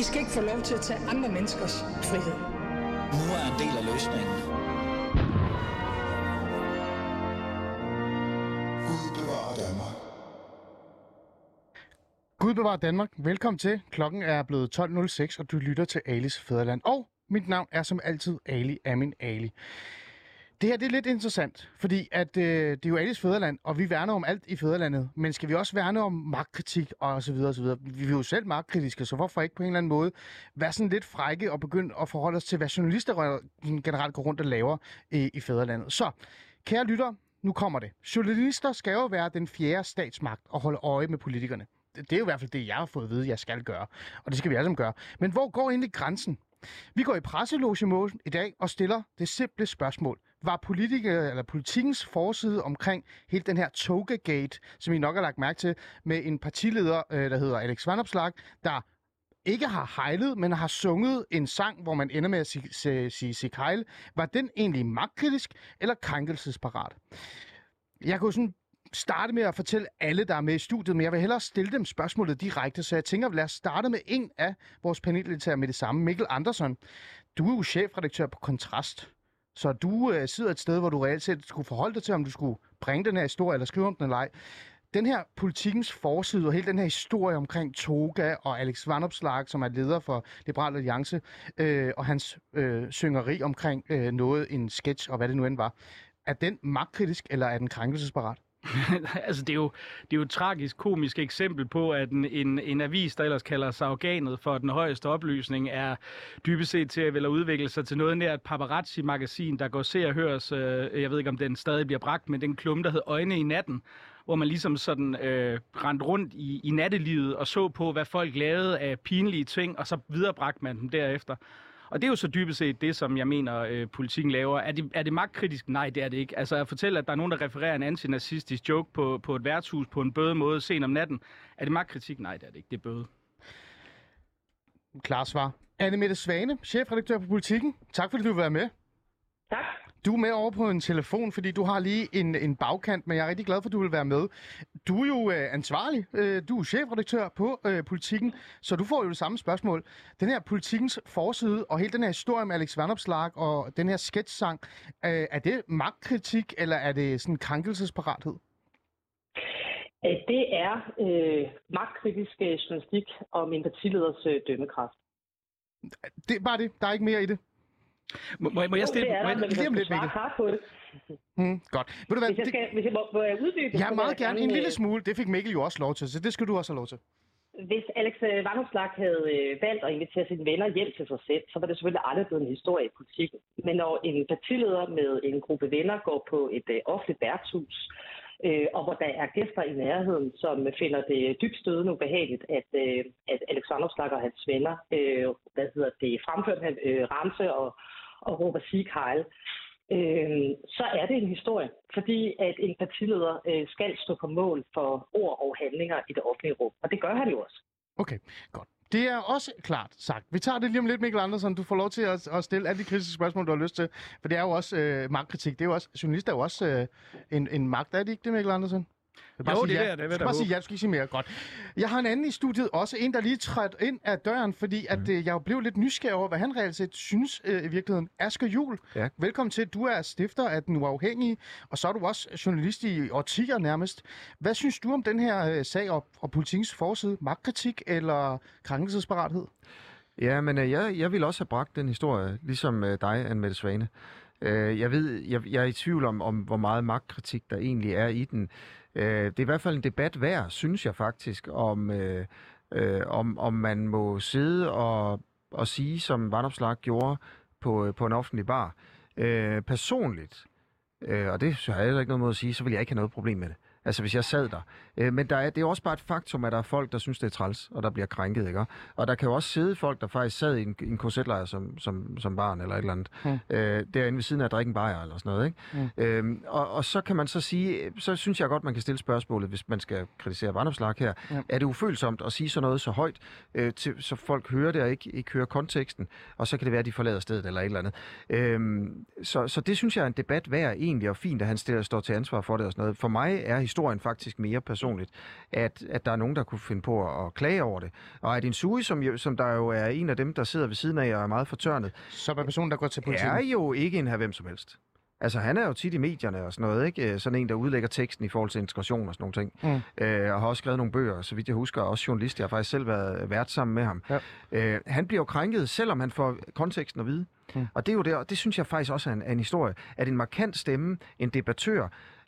skal ikke få lov til at tage andre menneskers frihed. Nu er en del af løsningen. Gud bevarer Danmark. Gud bevarer Danmark. Velkommen til. Klokken er blevet 12.06, og du lytter til Alis Fædreland. Og mit navn er som altid Ali Amin Ali. Det her det er lidt interessant, fordi at, det er jo Alis Fædreland, og vi værner om alt i Fædrelandet. Men skal vi også værne om magtkritik og så videre og så videre? Vi er jo selv magtkritiske, så hvorfor ikke på en eller anden måde være sådan lidt frække og begynde at forholde os til, hvad journalister generelt går rundt og laver i Fædrelandet. Så, kære lytter, nu kommer det. Journalister skal jo være den fjerde statsmagt og holde øje med politikerne. Det er jo i hvert fald det, jeg har fået at vide, jeg skal gøre. Og det skal vi alle sammen gøre. Men hvor går egentlig grænsen? Vi går i presseloge-mode i dag og stiller det simple spørgsmål. Var politikens forside omkring hele den her Togegate, som I nok har lagt mærke til, med en partileder, der hedder Alex Vanopslagh, der ikke har hejlet, men har sunget en sang, hvor man ender med at sige sig hejl. Var den egentlig magtkritisk eller krænkelsesparat? Jeg kunne sådan starte med at fortælle alle, der er med i studiet, men jeg vil hellere stille dem spørgsmålet direkte, så jeg tænker, lad os starte med en af vores paneldeltagere med det samme. Mikkel Andersson, du er jo chefredaktør på Kontrast, så du sidder et sted, hvor du reelt set skulle forholde dig til, om du skulle bringe den her historie eller skrive om den eller ej. Den her politikens forside og hele den her historie omkring Toga og Alex Vanopslagh, som er leder for Liberal Alliance, og hans syngeri omkring en sketch og hvad det nu end var, er den magtkritisk eller er den krænkelsesparat? Altså, det er jo et tragisk, komisk eksempel på, at en avis, der ellers kalder sig organet for den højeste oplysning, er dybest set til at udvikle sig til noget nær et paparazzi-magasin, der går se og høres, jeg ved ikke, om den stadig bliver bragt, men den klumme, der hed Øjne i natten, hvor man ligesom sådan rendte rundt i nattelivet og så på, hvad folk lavede af pinlige ting, og så viderebragte man dem derefter. Og det er jo så dybest set det, som jeg mener, politikken laver. Er det magtkritisk? Nej, det er det ikke. Altså at fortælle, at der er nogen, der refererer en antinazistisk joke på et værtshus på en bøde måde sent om natten. Er det magtkritik? Nej, det er det ikke. Det er bøde. Klar svar. Anne-Mette Svane, chefredaktør på Politikken. Tak fordi du vil være med. Tak. Du er med over på en telefon, fordi du har lige en bagkant, men jeg er rigtig glad for, at du vil være med. Du er jo ansvarlig. Du er chefredaktør på Politikken, så du får jo det samme spørgsmål. Den her Politikens forside og hele den her historie med Alex Vanopslagh og den her sketch-sang, er det magtkritik, eller er det sådan krænkelsesparathed? Det er magtkritisk journalistik om en partileders dømmekraft. Det er bare det. Der er ikke mere i det. Må jeg stille? Lige om lidt, på det. Godt. Ved du hvad? Hvis jeg må uddybe... Ja, meget gerne. En lille smule. Det fik Mikkel jo også lov til, så det skal du også have lov til. Hvis Alex Vanopslagh havde valgt at invitere sine venner hjem til sig selv, så var det selvfølgelig aldrig blevet en historie i politikken. Men når en partileder med en gruppe venner går på et offentligt værtshus, og hvor der er gæster i nærheden, som finder det dybt stødende ubehageligt, at Alex Vanopslagh og hans venner fremfører ramse og råber Sieg Heil, så er det en historie, fordi at en partileder skal stå på mål for ord og handlinger i det offentlige rum, og det gør han jo også. Okay, godt. Det er også klart sagt. Vi tager det lige om lidt, Mikkel Andersen. Du får lov til at stille alle de kritiske spørgsmål, du har lyst til. For det er jo også magtkritik. Det er jo også, journalister er jo også en magt. Er det ikke det, Mikkel Andersen? Jo, det er det. Bare sige ja, du skal ikke sige mere. Godt. Jeg har en anden i studiet, også en, der lige trådte ind af døren, fordi at, jeg blev lidt nysgerrig over, hvad han reelt set synes i virkeligheden. Asger Juhl, ja. Velkommen til. Du er stifter af Den Uafhængige, og så er du også journalist i årtier nærmest. Hvad synes du om den her sag og Politikens forside? Magtkritik eller krænkelsesparathed? Ja, men jeg vil også have bragt den historie, ligesom dig, Anne-Mette Svane. Jeg er i tvivl om, hvor meget magtkritik der egentlig er i den. Det er i hvert fald en debat værd, synes jeg faktisk, om man må sidde og sige, som Vanopslagh gjorde på en offentlig bar. Personligt, og det har jeg heller ikke noget mod at sige, så vil jeg ikke have noget problem med det. Altså hvis jeg sad der. Men det er også bare et faktum, at der er folk, der synes, det er træls, og der bliver krænket, ikke? Og der kan jo også sidde folk, der faktisk sad i en korsetlejr som barn eller et eller andet. Derinde ved siden af at drikke en bajer eller sådan noget, ikke? Og så kan man så sige, så synes jeg godt, man kan stille spørgsmålet, hvis man skal kritisere Vanopslagh her. Ja. Er det ufølsomt at sige sådan noget så højt, så folk hører det og ikke hører konteksten, og så kan det være, at de forlader stedet eller et eller andet. Så det synes jeg er en debat værd egentlig, og fint, at han står til ansvar for det og sådan noget. For mig er historien faktisk mere personligt, at der er nogen, der kunne finde på at klage over det. Og at en Sui, som der jo er en af dem, der sidder ved siden af og er meget fortørnet, som er personen, der går til politiet, er jo ikke en her hvem som helst. Altså, han er jo tit i medierne og sådan noget, ikke? Sådan en, der udlægger teksten i forhold til integration og sådan nogle ting. Og har også skrevet nogle bøger, så vidt jeg husker, også journalist. Jeg har faktisk selv været vært sammen med ham. Ja. Han bliver jo krænket, selvom han får konteksten at vide. Og det er jo det, og det synes jeg faktisk også er en historie, at en markant stemme, en debattør,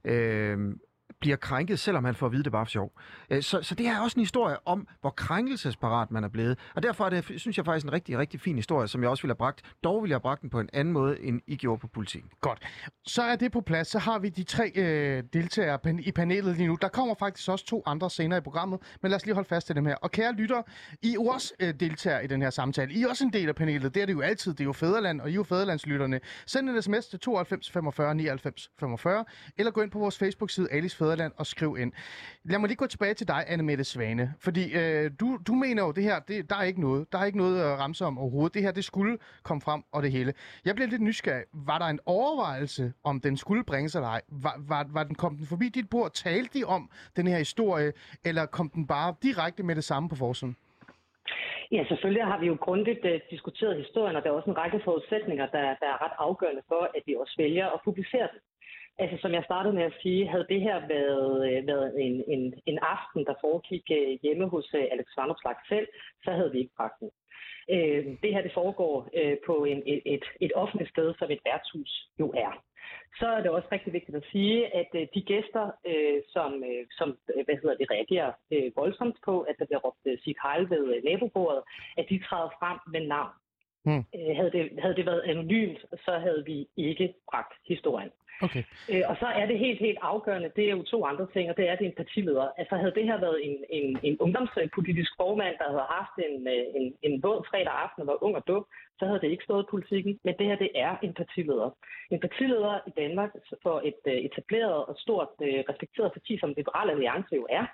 bliver krænket, selvom han får at vide, det bare for sjov. Så det er også en historie om, hvor krænkelsesparat man er blevet. Og derfor er det, synes jeg faktisk, en rigtig, rigtig fin historie, som jeg også ville have bragt. Dog ville jeg have bragt den på en anden måde, end I gjorde på politikken. Godt. Så er det på plads. Så har vi de 3 deltagere i panelet lige nu. Der kommer faktisk også 2 andre senere i programmet, men lad os lige holde fast til dem her. Og kære lyttere, I er også deltager i den her samtale. I er også en del af panelet. Det er det jo altid. Det er jo Fædreland, og I er jo Fædrelandslytterne. Send en sms til 92 45 99 45, eller gå ind på vores Facebook-side Alice Fædreland og skriv ind. Lad mig lige gå tilbage til dig, Anne-Mette Svane, fordi du mener jo, det her, der er ikke noget. Der er ikke noget at ramse om overhovedet. Det her, det skulle komme frem, og det hele. Jeg bliver lidt nysgerrig. Var der en overvejelse, om den skulle bringes eller ej? Kom den forbi dit bord? Talte de om den her historie, eller kom den bare direkte med det samme på forsiden? Ja, selvfølgelig har vi jo grundigt diskuteret historien, og der er også en række forudsætninger, der er ret afgørende for, at vi også vælger at publicere det. Altså, som jeg startede med at sige, havde det her været en aften, der foregik hjemme hos Alex Vanopslagh selv, så havde vi ikke bragt den. Det her, det foregår på et offentligt sted, som et værtshus jo er. Så er det også rigtig vigtigt at sige, at de gæster, som reagerer voldsomt på, at der bliver råbt Sieg Heil ved nabobordet, at de træder frem med navn. Havde det været anonymt, så havde vi ikke bragt historien. Okay. Og så er det helt afgørende, det er jo 2 andre ting, og det er, at det er en partileder. Altså havde det her været en ungdomspolitisk formand, der havde haft en våd fredag aften og var ung og dum, så havde det ikke stået i politikken. Men det her, det er en partileder. En partileder i Danmark for et etableret og stort respekteret parti, som Liberal Alliance jo er.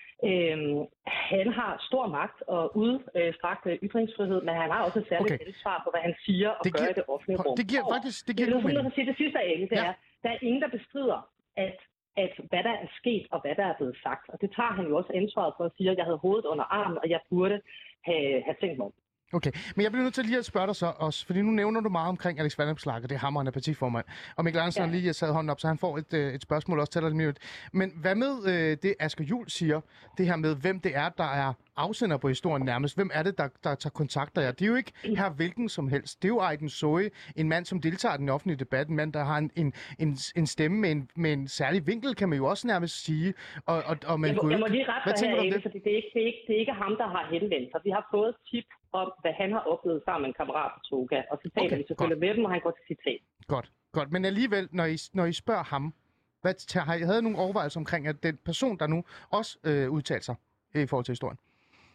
Han har stor magt og udstrakt ytringsfrihed, men han har også et særligt ansvar på, hvad han siger og gør i det offentlige rum. Det giver faktisk god mening. Det sidste af det er, der er ingen, der bestrider, at hvad der er sket og hvad der er blevet sagt. Og det tager han jo også ansvaret for at sige, at jeg havde hovedet under armen, og jeg burde have tænkt mig om. Okay, men jeg bliver nødt til lige at spørge dig så også, fordi nu nævner du meget omkring Alex Vanopslagh, og det er hamrende partiformand. Og Mikkel Andersen lige har sat hånden op, så han får et spørgsmål også til dig lige. Men hvad med det Asger Juhl siger, det her med, hvem det er, der er afsender på historien nærmest? Hvem er det, der tager kontakter jer? Det er jo ikke her hvilken som helst. Det er jo Aydin Soei, en mand, som deltager i den offentlige debat, en mand, der har en stemme med en særlig vinkel, kan man jo også nærmest sige. Og man jeg må lige rette dig her, fordi det er ikke ham, der har henvendt sig. Vi har fået tip om, hvad han har oplevet sammen med en kammerat på Toga, og så taler vi selvfølgelig med dem, og han går til citat. Godt. Men alligevel, når I spørger ham, har I havde nogle overvejelser omkring, at den person, der nu også udtaler sig i forhold til historien?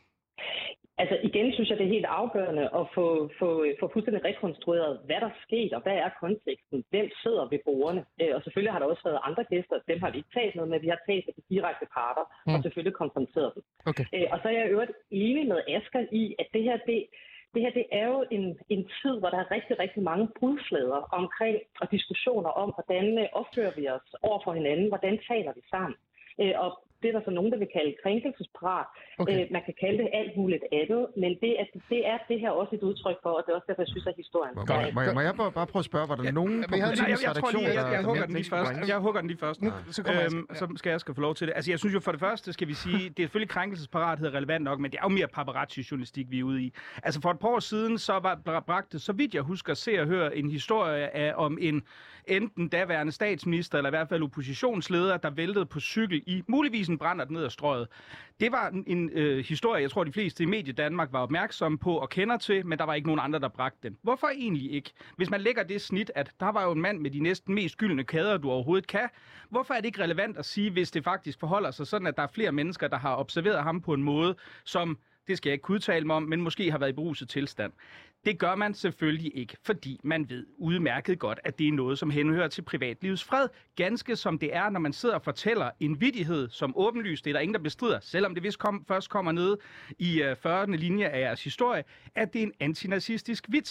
Altså igen synes jeg, det er helt afgørende at få fuldstændig rekonstrueret, hvad der skete, og hvad er konteksten, hvem sidder ved bordene. Og selvfølgelig har der også været andre gæster, dem har vi ikke talt noget med, vi har talt med de direkte parter, og selvfølgelig konfronteret dem. Okay. Og så er jeg i øvrigt enig med Asger i, at det her, det er jo en tid, hvor der er rigtig, rigtig mange brudflader omkring og diskussioner om, hvordan opfører vi os over for hinanden, hvordan taler vi sammen. Og det er der så nogen, der vil kalde krænkelsesparat. Man kan kalde det alt muligt andet, men det er det her også et udtryk for, og det er også derfor, jeg synes, at historien... Må jeg bare prøve at spørge, var der nogen på politisk redaktion? Jeg hugger den lige først. Så skal jeg få lov til det. Altså, jeg synes jo for det første, skal vi sige, det er selvfølgelig krænkelsesparathed relevant nok, men det er jo mere paparazzi-journalistik, vi er ude i. Altså, for et par år siden, så var bragt, så vidt jeg husker, se og høre en historie om en enten daværende statsminister, eller i hvert fald oppositionsleder, der væltede på cykel i muligvis en brændert ned ad strøget. Det var en historie, jeg tror, de fleste i Medie Danmark var opmærksomme på og kender til, men der var ikke nogen andre, der bragte den. Hvorfor egentlig ikke? Hvis man lægger det snit, at der var jo en mand med de næsten mest gyldne kæder, du overhovedet kan, hvorfor er det ikke relevant at sige, hvis det faktisk forholder sig sådan, at der er flere mennesker, der har observeret ham på en måde, som, det skal jeg ikke kunne udtale mig om, men måske har været i beruset tilstand. Det gør man selvfølgelig ikke, fordi man ved udmærket godt, at det er noget, som henhører til privatlivets fred. Ganske som det er, når man sidder og fortæller en vittighed, som åbenlyst, det er der ingen, der bestrider, selvom det vist først kommer ned i 40. linje af jeres historie, at det er en antinazistisk vits.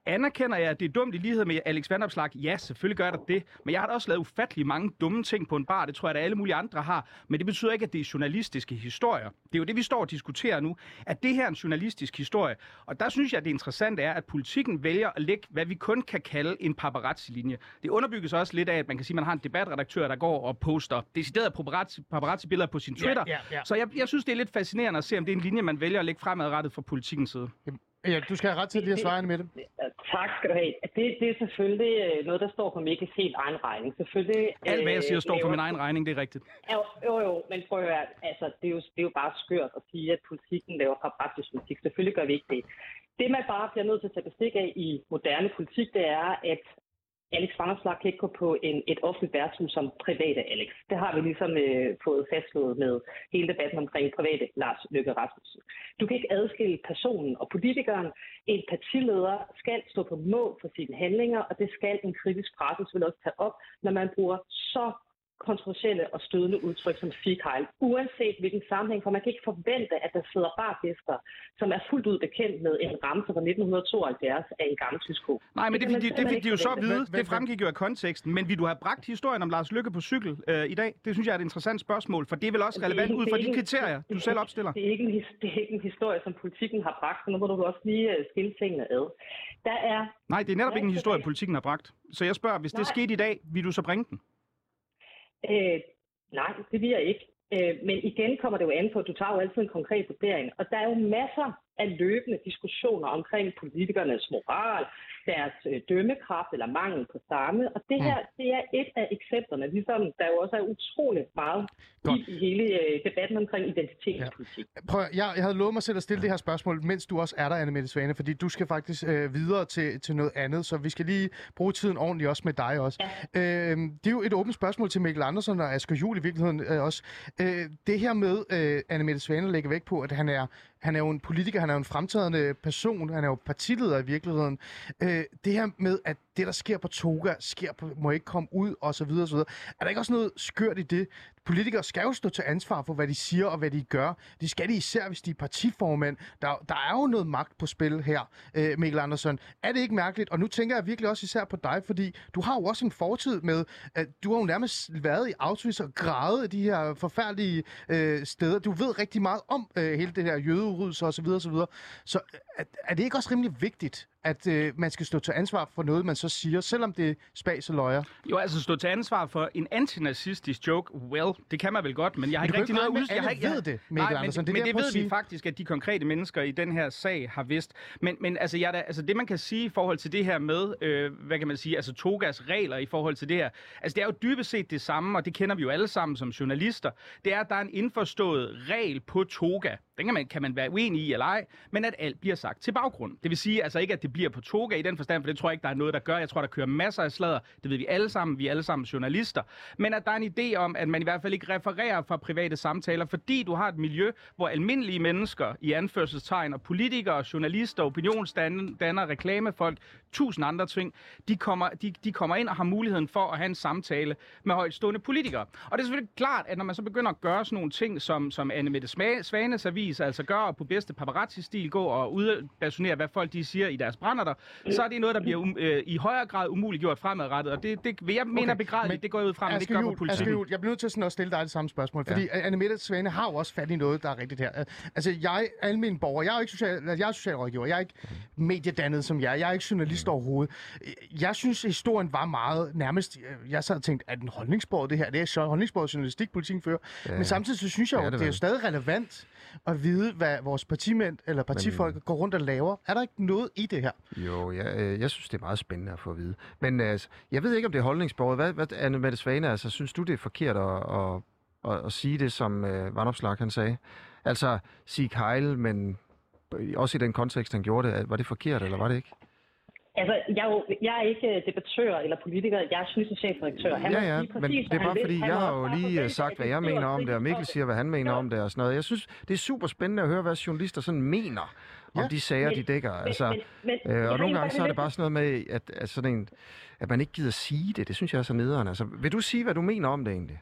Anerkender jeg, at det er dumt i lighed med Alex Vanopslagh? Ja, selvfølgelig gør jeg det. Men jeg har da også lavet ufattelig mange dumme ting på en bar. Det tror jeg, at alle mulige andre har. Men det betyder ikke, at det er journalistiske historier. Det er jo det, vi står og diskuterer nu. At det her er en journalistisk historie. Og der synes jeg, at det interessante er, at politikken vælger at lægge, hvad vi kun kan kalde en paparazzi-linje. Det underbygges også lidt af, at man kan sige, at man har en debatredaktør, der går og poster deciderede paparazzi-billeder på sin Twitter. Ja. Så jeg synes, det er lidt fascinerende at se, om det er en linje, man vælger at lægge fremadrettet fra politikens side. Ja, du skal have ret til lige at svare med det. Tak skal du have. Det er selvfølgelig noget, der står på Mikkels helt egen regning. Selvfølgelig, alt hvad jeg siger står for min egen regning, det er rigtigt. Jo, men prøv at høre, altså, det er jo bare skørt at sige, at politikken laver paparazzi-politik. Selvfølgelig gør vi ikke det. Det, man bare bliver nødt til at tage bestik af i moderne politik, det er, at Alex Vanopslagh kan ikke gå på et offentligt værtshus som private Alex. Det har vi ligesom fået fastslået med hele debatten omkring private Lars Løkke Rasmussen. Du kan ikke adskille personen og politikeren. En partileder skal stå på mål for sine handlinger, og det skal en kritisk presse selvfølgelig også tage op, når man bruger så kontroversielle og stødende udtryk som Sieg-Heil, uanset hvilken sammenhæng, for man kan ikke forvente, at der sidder bargæster, som er fuldt ud bekendt med en ramse fra 1972 af en gammel tysk. Nej, men det fik de jo så at vide. Det fremgik jo af konteksten. Men vil du have bragt historien om Lars Løkke på cykel i dag? Det synes jeg er et interessant spørgsmål, for det er vel også relevant ud fra de kriterier, du selv opstiller. Det er ikke en historie, som politikken har bragt, så nu må du også lige skille tingene ad. Nej, det er netop ikke en historie, politikken har bragt. Så jeg spørger, hvis det skete i dag, vil du så bringe den? Nej, det vil jeg ikke. Men igen kommer det jo an på, at du tager jo altid en konkret vurdering. Og der er jo masser af løbende diskussioner omkring politikernes moral, deres dømmekraft eller mangel på samme. Og det her, det er et af eksemplerne, ligesom der jo også er utroligt meget i hele debatten omkring identitetspolitik. Ja. Prøv, jeg havde lovet mig selv at stille det her spørgsmål, mens du også er der, Anne-Mette Svane, fordi du skal faktisk videre til noget andet, så vi skal lige bruge tiden ordentligt også med dig også. Ja. Det er jo et åbent spørgsmål til Mikkel Andersen og Asger Juhl i virkeligheden også. Det her med Anne-Mette Svane lægger vægt på, at han er jo en politiker, han er jo en fremtrædende person, han er jo partileder i virkeligheden. Det her med, at det, der sker på Toga, må ikke komme ud, og så videre, og så videre. Er der ikke også noget skørt i det? Politikere skal jo stå til ansvar for, hvad de siger og hvad de gør. Det skal de især, hvis de er partiformand. Der er jo noget magt på spil her, Mikkel Andersen. Er det ikke mærkeligt? Og nu tænker jeg virkelig også især på dig, fordi du har jo også en fortid med, at du har jo nærmest været i Auschwitz og grædet i de her forfærdelige steder. Du ved rigtig meget om hele det her jødeudryddelse og så videre, og så videre. Så er det ikke også rimelig vigtigt, at man skal stå til ansvar for noget, man så siger, selvom det er spas og løjer? Jo, altså stå til ansvar for en antinazistisk joke, det kan man vel godt, men jeg har ikke rigtig noget udstyr. Jeg ved det, Mikkel Andersen. Men det ved vi faktisk, at de konkrete mennesker i den her sag har vidst. Men altså, det man kan sige i forhold til det her med, hvad kan man sige, altså Togas regler i forhold til det her, altså det er jo dybest set det samme, og det kender vi jo alle sammen som journalister. Det er, at der er en indforstået regel på Toga. Den kan man være uenig i eller ej, men at alt bliver sagt til baggrund. Det vil sige altså ikke, at det bliver på Toga i den forstand, for det tror jeg ikke, der er noget, der gør. Jeg tror, der kører masser af sladder. Det ved vi alle sammen. Vi er alle sammen journalister. Men at der er en idé om, at man i hvert fald ikke refererer fra private samtaler, fordi du har et miljø, hvor almindelige mennesker, i anførselstegn, og politikere, journalister, opinionsdannere, reklamefolk, 1000 andre ting, de kommer ind og har muligheden for at have en samtale med højtstående politikere. Og det er selvfølgelig klart, at når man så begynder at gøre sådan nogle ting, som Anne-Mette Svanes avis, altså gør på bedste paparazzi-stil, gå og udbasunere, hvad folk de siger i deres brænder, så er det noget, der bliver i højere grad umuliggjort fremadrettet, og det vil jeg mener begrædeligt, det går ud fra, men det gør på politikken. Jeg bliver nødt til sådan at stille dig det samme spørgsmål, fordi Anne-Mette Svane har jo også fat i noget, der er rigtigt her. Altså, jeg er almindelig borger, jeg er socialrådgiver, jeg er ikke mediedannet som jeg er ikke journalist overhovedet. Jeg synes, historien var meget nærmest, jeg sad og tænkte, at den holdningsborg det her, det er holdningsborg journalistik, politikken fører, men samtidig så synes jeg jo, det er jo stadig relevant at vide, hvad vores partimænd eller partifolk går rundt og laver. Er der ikke noget i det her? Jo, jeg synes, det er meget spændende at få at vide. Men jeg ved ikke, om det er holdningsborget. Hvad Anne-Mette Svane, altså, synes du, det er forkert at sige det, som Vanopslagh han sagde? Altså, Sieg-Heil, men også i den kontekst, han gjorde det. Var det forkert, eller var det ikke? Altså, jeg er ikke debattør eller politiker. Jeg er chefredaktør. Ja, men det er bare fordi, jeg har jo lige sagt, hvad jeg mener om det, og Mikkel siger, hvad han mener om det og sådan noget. Jeg synes, det er super spændende at høre, hvad journalister sådan mener om de sager, de dækker. Altså, og nogle gange så er det bare sådan noget med, at man ikke gider sige det. Det synes jeg er så nederen. Altså, vil du sige, hvad du mener om det egentlig?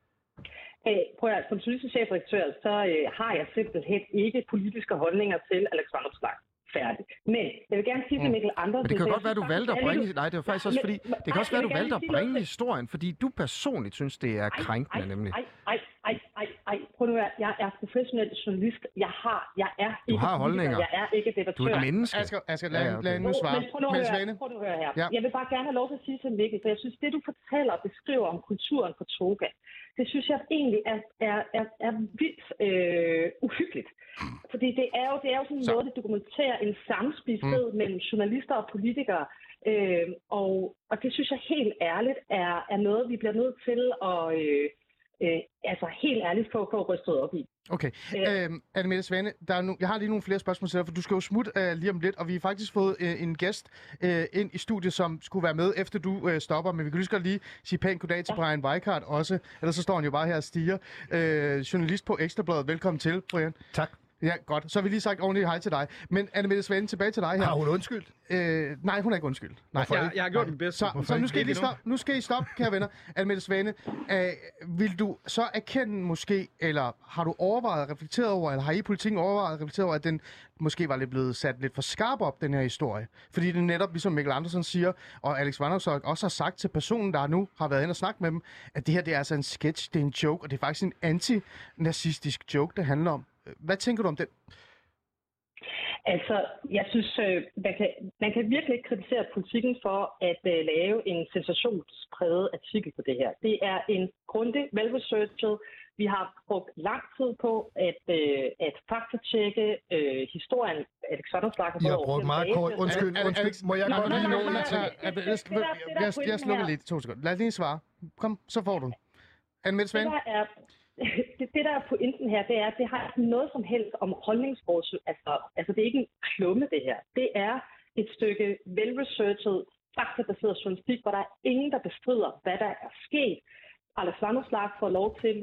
Prøv at som politisk chefredaktør, så har jeg simpelthen ikke politiske holdninger til Alex Vanopslagh. færdig. Men jeg vil gerne sige til Mikkel Andersen... Men det kan godt være, du valgte at bringe... Nej, det var faktisk også fordi... Det kan også være, du valgte at bringe historien, fordi du personligt synes, det er krænkende, nemlig. Prøv nu at jeg er professionel journalist. Jeg er ikke... Du har holdninger. Jeg er ikke debattør. Du er et menneske. Asger, lad nu svare. Men prøv nu at høre her. Ja. Jeg vil bare gerne have lov til at sige til Mikkel, for jeg synes, det du fortæller og beskriver om kulturen på Toga, det synes jeg egentlig er vildt uhyggeligt. Fordi det er jo sådan en måde, det dokumenterer en samspilshed mellem journalister og politikere. Og det synes jeg helt ærligt er noget, vi bliver nødt til at helt ærligt få rystet op i. Okay. Anne-Mette Svane, jeg har lige nogle flere spørgsmål til dig, for du skal jo smutte lige om lidt, og vi har faktisk fået en gæst ind i studiet, som skulle være med, efter du stopper, men vi kan lige sige pænt goddag til Brian Weikart også, ellers så står han jo bare her og stiger. Journalist på Ekstrabladet. Velkommen til, Brian. Tak. Ja, godt. Så har vi lige sagt ordentligt hej til dig. Men Anne-Mette Svane, tilbage til dig her. Har hun undskyldt? Nej, hun er ikke undskyldt. Nej. Jeg har gjort mit bedste. Så nu skal I stoppe, kære venner. Anne-Mette Svane, vil du så erkende måske, eller har du overvejet, reflekteret over, eller har I i politikken overvejet, reflekteret over, at den måske var lidt blevet sat lidt for skarp op, den her historie? Fordi det netop, ligesom Mikkel Andersen siger, og Alex Vanopslagh også har sagt til personen, der nu har været inde og snakket med dem, at det her, det er altså en sketch, det er en joke, og det er faktisk en anti-nazistisk joke, det handler om. Hvad tænker du om det? Altså, jeg synes, man kan virkelig ikke kritisere politikken for at lave en sensationspræget artikel på det her. Det er en grundig, velresearchet. Vi har brugt lang tid på at faktatjekke historien. Alex Vanopslagh har brugt meget kort. Undskyld. Må jeg godt lige nå Jeg slukker lige 2 sekunder. Lad lige svare. Kom, så får du. Anne-Mette Svane? Det, der er pointen her, det er, at det har ikke noget som helst om holdningsforskning. Altså, det er ikke en klumme, det her. Det er et stykke velresearchet, faktabaseret journalistik, hvor der er ingen, der bestrider, hvad der er sket. Alex Vanopslagh får lov til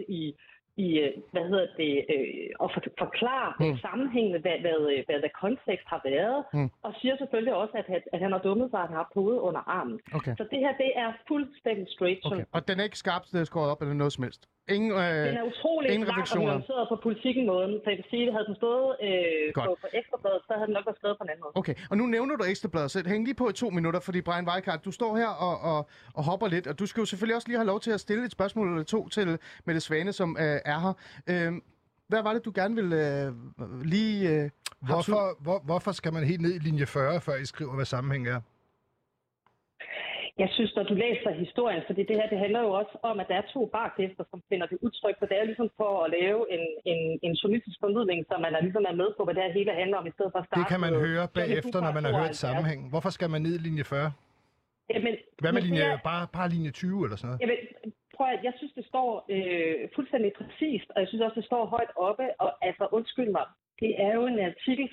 at forklare sammenhængende, hvad kontekst har været, og siger selvfølgelig også, at han har dummet sig, at han har hovedet under armen. Okay. Så det her, det er fuldstændig straight. Okay. Og den er ikke skarpt skåret op, eller noget som helst? Den er utrolig langt og nuanceret på politikken-måden, så jeg vil sige, at havde den stået på Ekstrabladet, så havde den nok været skrevet på en anden måde. Okay, og nu nævner du Ekstrabladet, så hæng lige på i 2 minutter, fordi Brian Weikart, du står her og hopper lidt, og du skal jo selvfølgelig også lige have lov til at stille et spørgsmål eller 2 til Mette Svane, som er her. Hvad var det, du gerne ville lige... Hvorfor skal man helt ned i linje 40, før I skriver, hvad sammenhæng er? Jeg synes, når du læser historien, fordi det her, det handler jo også om, at der er 2 bargæster, som finder det udtryk, for det er ligesom for at lave en journalistisk formidling, så man er ligesom med på, hvad det her hele handler om, i stedet for at starte. Det kan man høre bagefter, når man har hørt sammenhæng. Hvorfor skal man ned i linje 40? Jamen, hvad med linje, bare linje 20 eller sådan noget? Jamen, jeg synes, det står fuldstændig præcist, og jeg synes også, det står højt oppe, og altså, undskyld mig, det er jo en artikel,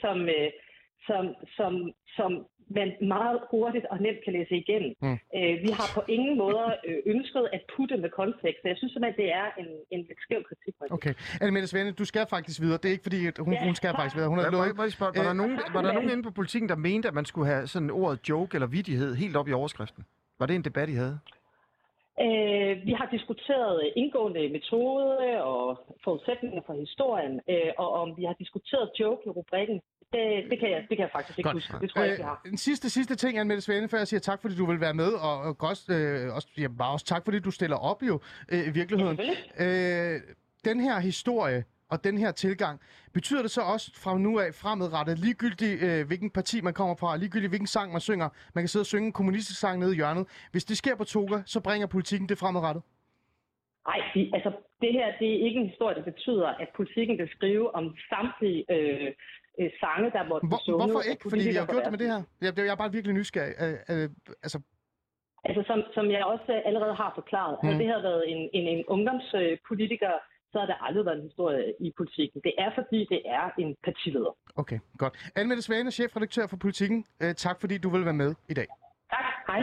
som man meget hurtigt og nemt kan læse igennem. Vi har på ingen måde ønsket at putte med kontekst. Jeg synes simpelthen, det er en lidt skæv kritik. Okay. Anne-Mette Svane, du skal faktisk videre. Det er ikke fordi, at hun skal faktisk videre. Hun Var der nogen inde på politikken, der mente, at man skulle have sådan ordet joke eller vittighed helt op i overskriften? Var det en debat, I havde? Vi har diskuteret indgående metode og forudsætninger for historien, og om vi har diskuteret joke i rubrikken. Det kan jeg faktisk ikke huske. Det tror jeg ikke, vi har. En sidste ting, Anne-Mette Svane, før jeg siger tak, fordi du vil være med, og også tak, fordi du stiller op jo i virkeligheden. Den her historie og den her tilgang, betyder det så også fra nu af fremadrettet, ligegyldigt hvilken parti man kommer fra, ligegyldigt hvilken sang man synger, man kan sidde og synge en kommunistisk sang nede i hjørnet. Hvis det sker på Toga, så bringer politikken det fremadrettet? Nej, altså det her, det er ikke en historie, der betyder, at politikken vil skrive om samtlige sange, der måtte blive sunget. Hvorfor ikke? Fordi vi har gjort det med det her. Jeg er bare virkelig nysgerrig. Altså, som jeg også allerede har forklaret, havde det her været en ungdomspolitiker, så har der aldrig været en historie i politikken. Det er, fordi det er en partileder. Okay, godt. Anne-Mette Svane, chefredaktør for Politikken. Tak, fordi du vil være med i dag. Tak. Hej.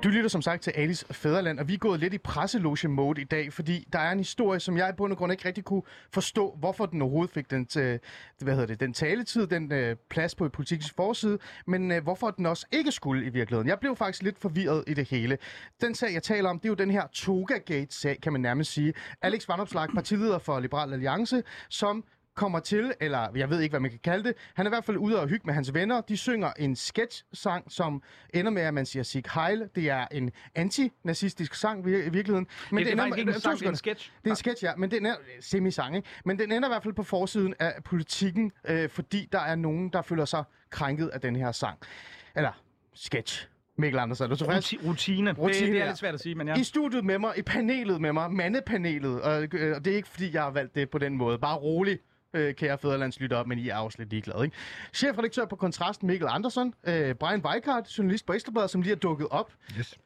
Du lytter som sagt til Alice Fæderland, og vi er gået lidt i presseloge-mode i dag, fordi der er en historie, som jeg i bund og grund ikke rigtig kunne forstå, hvorfor den overhovedet fik den, den taletid, den plads på Politikens forside, men hvorfor den også ikke skulle i virkeligheden. Jeg blev faktisk lidt forvirret i det hele. Den sag, jeg taler om, det er jo den her Togagate-sag, kan man nærmest sige. Alex Vanopslagh, partileder for Liberal Alliance, som kommer til, eller jeg ved ikke, hvad man kan kalde det. Han er i hvert fald ude og hygge med hans venner. De synger en sketch-sang, som ender med, at man siger Sieg Heil. Det er en anti-nazistisk sang i virkeligheden. Men det er faktisk ikke en sang, det er en sketch. Det er en sketch, ja, men den er semi-sang, ikke? Men den ender i hvert fald på forsiden af Politikken, fordi der er nogen, der føler sig krænket af den her sang. Eller sketch. Mikkel Andersen, du Rutine. Det er lidt svært at sige, men ja. I studiet med mig, i panelet med mig, mandepanelet, og det er ikke, fordi jeg har valgt det på den måde. Bare rolig, kære Fæderlandslytter, men I er også lidt ligeglade, ikke? Chefredaktør på Kontrast, Mikkel Andersen, Brian Weikart, journalist på Ekstra Bladet, som lige er dukket op, Yes.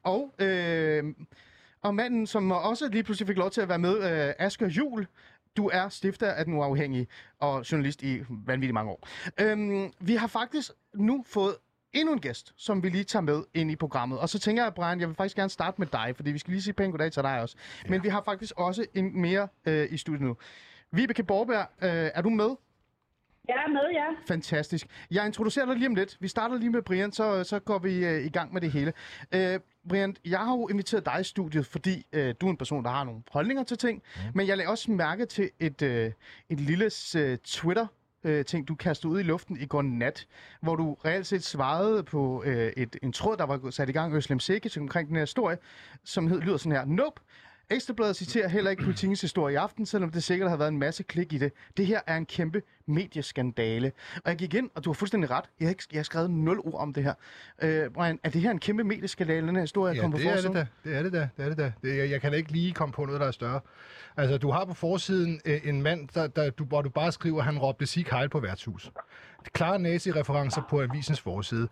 og manden, som også lige pludselig fik lov til at være med, Asger Juhl. Du er stifter af Den Uafhængige og journalist i vanvittigt mange år. Vi har faktisk nu fået endnu en gæst, som vi lige tager med ind i programmet. Og så tænker jeg, Brian, jeg vil faktisk gerne starte med dig, fordi vi skal lige sige pænt goddag til dig også. Ja. Men vi har faktisk også en mere i studiet nu. Vibeke Borberg, er du med? Jeg er med, ja. Fantastisk. Jeg introducerer dig lige om lidt. Vi starter lige med Brian, så går vi i gang med det hele. Brian, jeg har jo inviteret dig i studiet, fordi du er en person, der har nogle holdninger til ting. Men jeg lagde også mærke til et lille Twitter-ting, du kastede ud i luften i går nat, hvor du reelt set svarede på en tråd, der var sat i gang Özlem Cekic omkring den her historie, som lyder sådan her. Nope. Ekstrabladet citerer heller ikke Politikens historie i aften, selvom det sikkert har været en masse klik i det. Det her er en kæmpe medieskandale. Og jeg gik ind, og du har fuldstændig ret. Jeg har skrevet 0 ord om det her. Brian, er det her en kæmpe medieskandale, den her historie, Ja, kommer på forsiden? det er det da. Jeg kan ikke lige komme på noget, der er større. Altså, du har på forsiden en mand, hvor du bare skriver, at han råbte Sieg Heil på værtshus. Klare nazi-referencer på avisens forside.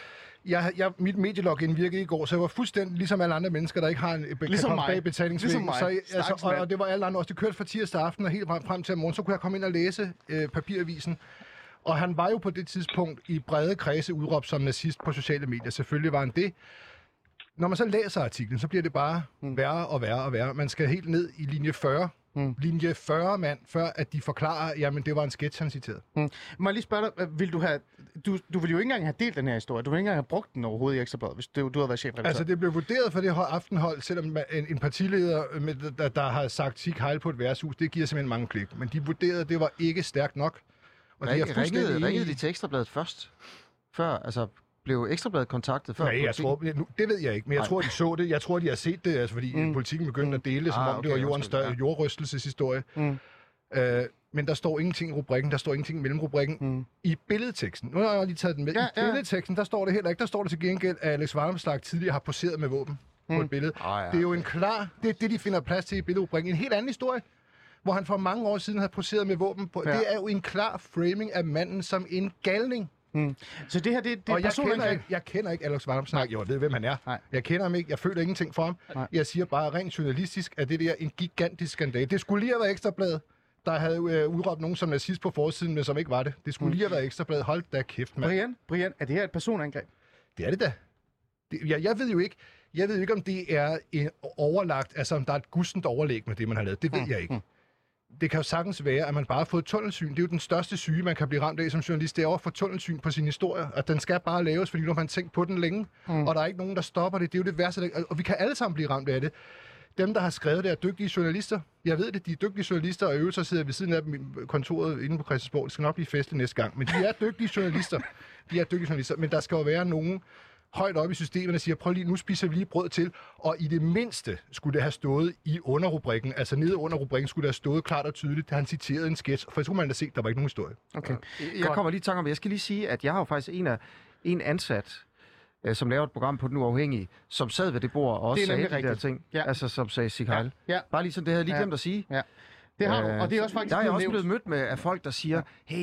Mit medielogin virkede i går, så jeg var fuldstændig ligesom alle andre mennesker, der ikke har en bag betalingsvæggen. Og det var alle andre også. Det kørte fra tirsdag aften og helt frem til morgen, så kunne jeg komme ind og læse papiravisen. Og han var jo på det tidspunkt i brede kredse udråbt som nazist på sociale medier. Selvfølgelig var han det. Når man så læser artiklen, så bliver det bare værre og værre og værre. Man skal helt ned i linje 40. Linje 40, mand, før at de forklarer, jamen det var en sketch, han citerede. Må jeg lige spørge dig, du ville jo ikke engang have delt den her historie. Du ville ikke engang have brugt den overhovedet i Ekstrabladet, hvis du havde været chefredaktør. Altså det blev vurderet for det her aftenhold, selvom en partileder, der har sagt Sieg Heil på et værtshus, det giver simpelthen mange klik. Men de vurderede, at det var ikke stærkt nok. Og ringede de til Ekstrabladet først? Før, altså blev Ekstrabladet kontaktet før? Nej, det ved jeg ikke, men jeg tror, de så det. Jeg tror, de har set det, altså, fordi Politikken begyndte at dele det, som om det var jordens jordrystelseshistorie. Men der står ingenting i rubrikken, der står ingenting i mellemrubrikken. I billedteksten, nu har jeg lige taget den med, i billedteksten, der står det heller ikke, der står det til gengæld, at Alex Vanopslagh tidligere har poseret med våben på et billede. Det er jo en klar, det er det, de finder plads til i billedrubrikken. En helt anden historie, hvor han for mange år siden havde poseret med våben på. Det er jo en klar framing af manden som en galning. Så det her, det er jeg kender ikke Alex Vanopslagh. Jo, jeg ved, hvem han er. Nej. Jeg kender ham ikke. Jeg føler ingenting for ham. Nej. Jeg siger bare rent journalistisk, at det der er en gigantisk skandale. Det skulle lige have været Ekstrabladet, der havde udråbt nogen som nazist på forsiden, men som ikke var det. Det skulle lige have været Ekstrabladet. Hold da kæft, mand. Brian, er det her et personangreb? Det er det da. Jeg ved jo ikke, om det er overlagt, altså om der er et gussent overlæg med det, man har lavet. Det ved jeg ikke. Det kan jo sagtens være, at man bare har fået tunnelsyn. Det er jo den største syge, man kan blive ramt af som journalist. Det er at få tunnelsyn på sin historie. At den skal bare laves, fordi nu har man tænkt på den længe. Og der er ikke nogen, der stopper det. Det er jo det værste. Og vi kan alle sammen blive ramt af det. Dem, der har skrevet det, er dygtige journalister. Jeg ved det, de er dygtige journalister, og øvelser sidder ved siden af dem i kontoret inde på Christiansborg. Det skal nok blive festligt næste gang. Men de er dygtige journalister. Men der skal jo være nogen højt op i systemet, der siger, prøv lige, nu spiser vi lige brød til, og i det mindste skulle det have stået i underrubrikken, altså nede under rubrikken skulle det have stået klart og tydeligt, da han citerede en sketch, for så kunne man da se, der var ikke nogen historie. Okay. Jeg kommer lige i tanke om, jeg skal lige sige, at jeg har jo faktisk en ansat, som laver et program på Den Uafhængige, som sad ved det bord og også sagde de der ting, altså som sagde Sieg Heil. Ja. Bare lige sådan, det havde jeg lige glemt at sige. Ja. Det har du, og det er også faktisk der er jeg også blevet mødt med af folk, der siger, hey,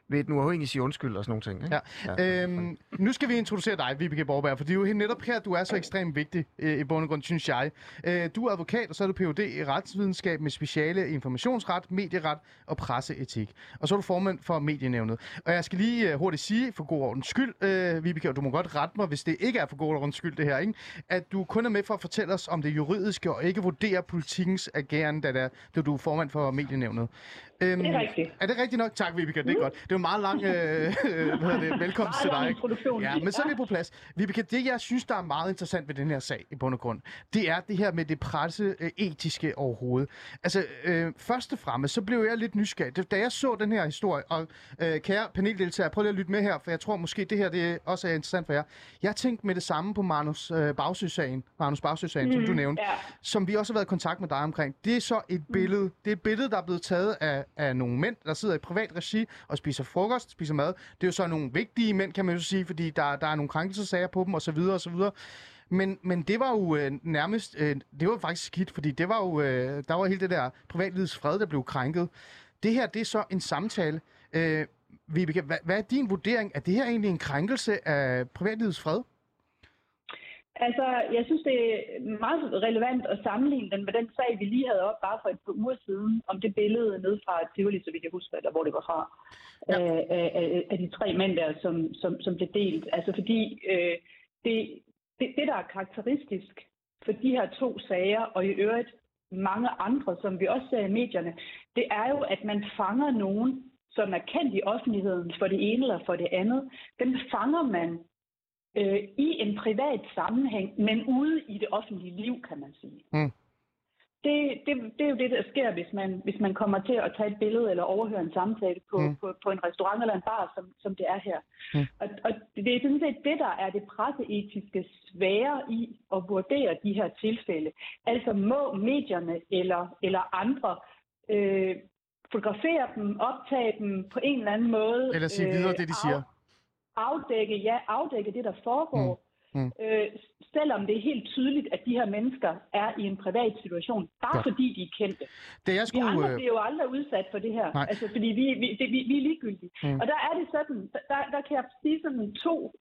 Vil den uafhængige sige undskyld og sådan nogle ting, ikke? Ja. Nu skal vi introducere dig, Vibeke Borgberg, for det er jo netop her, du er så ekstremt vigtig i bund og grund, synes jeg. Du er advokat, og så er du Ph.D. i retsvidenskab med speciale i informationsret, medieret og presseetik. Og så er du formand for Medienævnet. Og jeg skal lige hurtigt sige, for god ordens skyld, Vibeke, og du må godt rette mig, hvis det ikke er for god ordens skyld, det her, ikke? At du kun er med for at fortælle os om det juridiske, og ikke vurdere politikkens ageren, da du er formand for Medienævnet. Det er rigtigt. Er det rigtigt nok? Tak, Vibeke, det er godt. Det er en meget lang velkomst til dig. Ja, men så er vi på plads. Vibeke, det jeg synes, der er meget interessant ved den her sag i bund og grund, det er det her med det presseetiske overhovedet. Altså, først og fremmest, så blev jeg lidt nysgerrig. Da jeg så den her historie, og kære paneldeltagere, prøv lige at lytte med her, for jeg tror måske, det her det også er interessant for jer. Jeg tænkte med det samme på Magnus Bagsø-sagen, som du nævnte, som vi også har været i kontakt med dig omkring. Det er så et billede. Det er et billede, der er blevet taget af nogle mænd, der sidder i privat regi og spiser frokost, spiser mad. Det er jo så nogle vigtige mænd, kan man jo sige, fordi der er nogle krænkelsesager på dem, osv. osv. Men det var jo nærmest, det var faktisk skidt, fordi det var jo, der var hele det der privatlivets fred, der blev krænket. Det her, det er så en samtale. Vibeke, hvad er din vurdering? Er det her egentlig en krænkelse af privatlivets fred? Altså, jeg synes, det er meget relevant at sammenligne den med den sag, vi lige havde op bare for et par uger siden, om det billede ned fra Tivoli, så vidt jeg husker, eller hvor det var fra, af de 3 mænd der, som blev delt. Altså, fordi det, der er karakteristisk for de her 2 sager, og i øvrigt mange andre, som vi også ser i medierne, det er jo, at man fanger nogen, som er kendt i offentligheden for det ene eller for det andet. Dem fanger man i en privat sammenhæng, men ude i det offentlige liv, kan man sige. Det er jo det, der sker, hvis man kommer til at tage et billede eller overhøre en samtale på en restaurant eller en bar, som det er her. Og det er sådan set det, der er det presseetiske svære i at vurdere de her tilfælde. Altså må medierne eller andre fotografere dem, optage dem på en eller anden måde. Eller sige videre det, de siger. Afdække det, der foregår, selvom det er helt tydeligt, at de her mennesker er i en privat situation, bare fordi de er kendte. Vi andre bliver jo aldrig udsat for det her, altså, fordi vi er ligegyldige. Og der er det sådan, der kan jeg sige sådan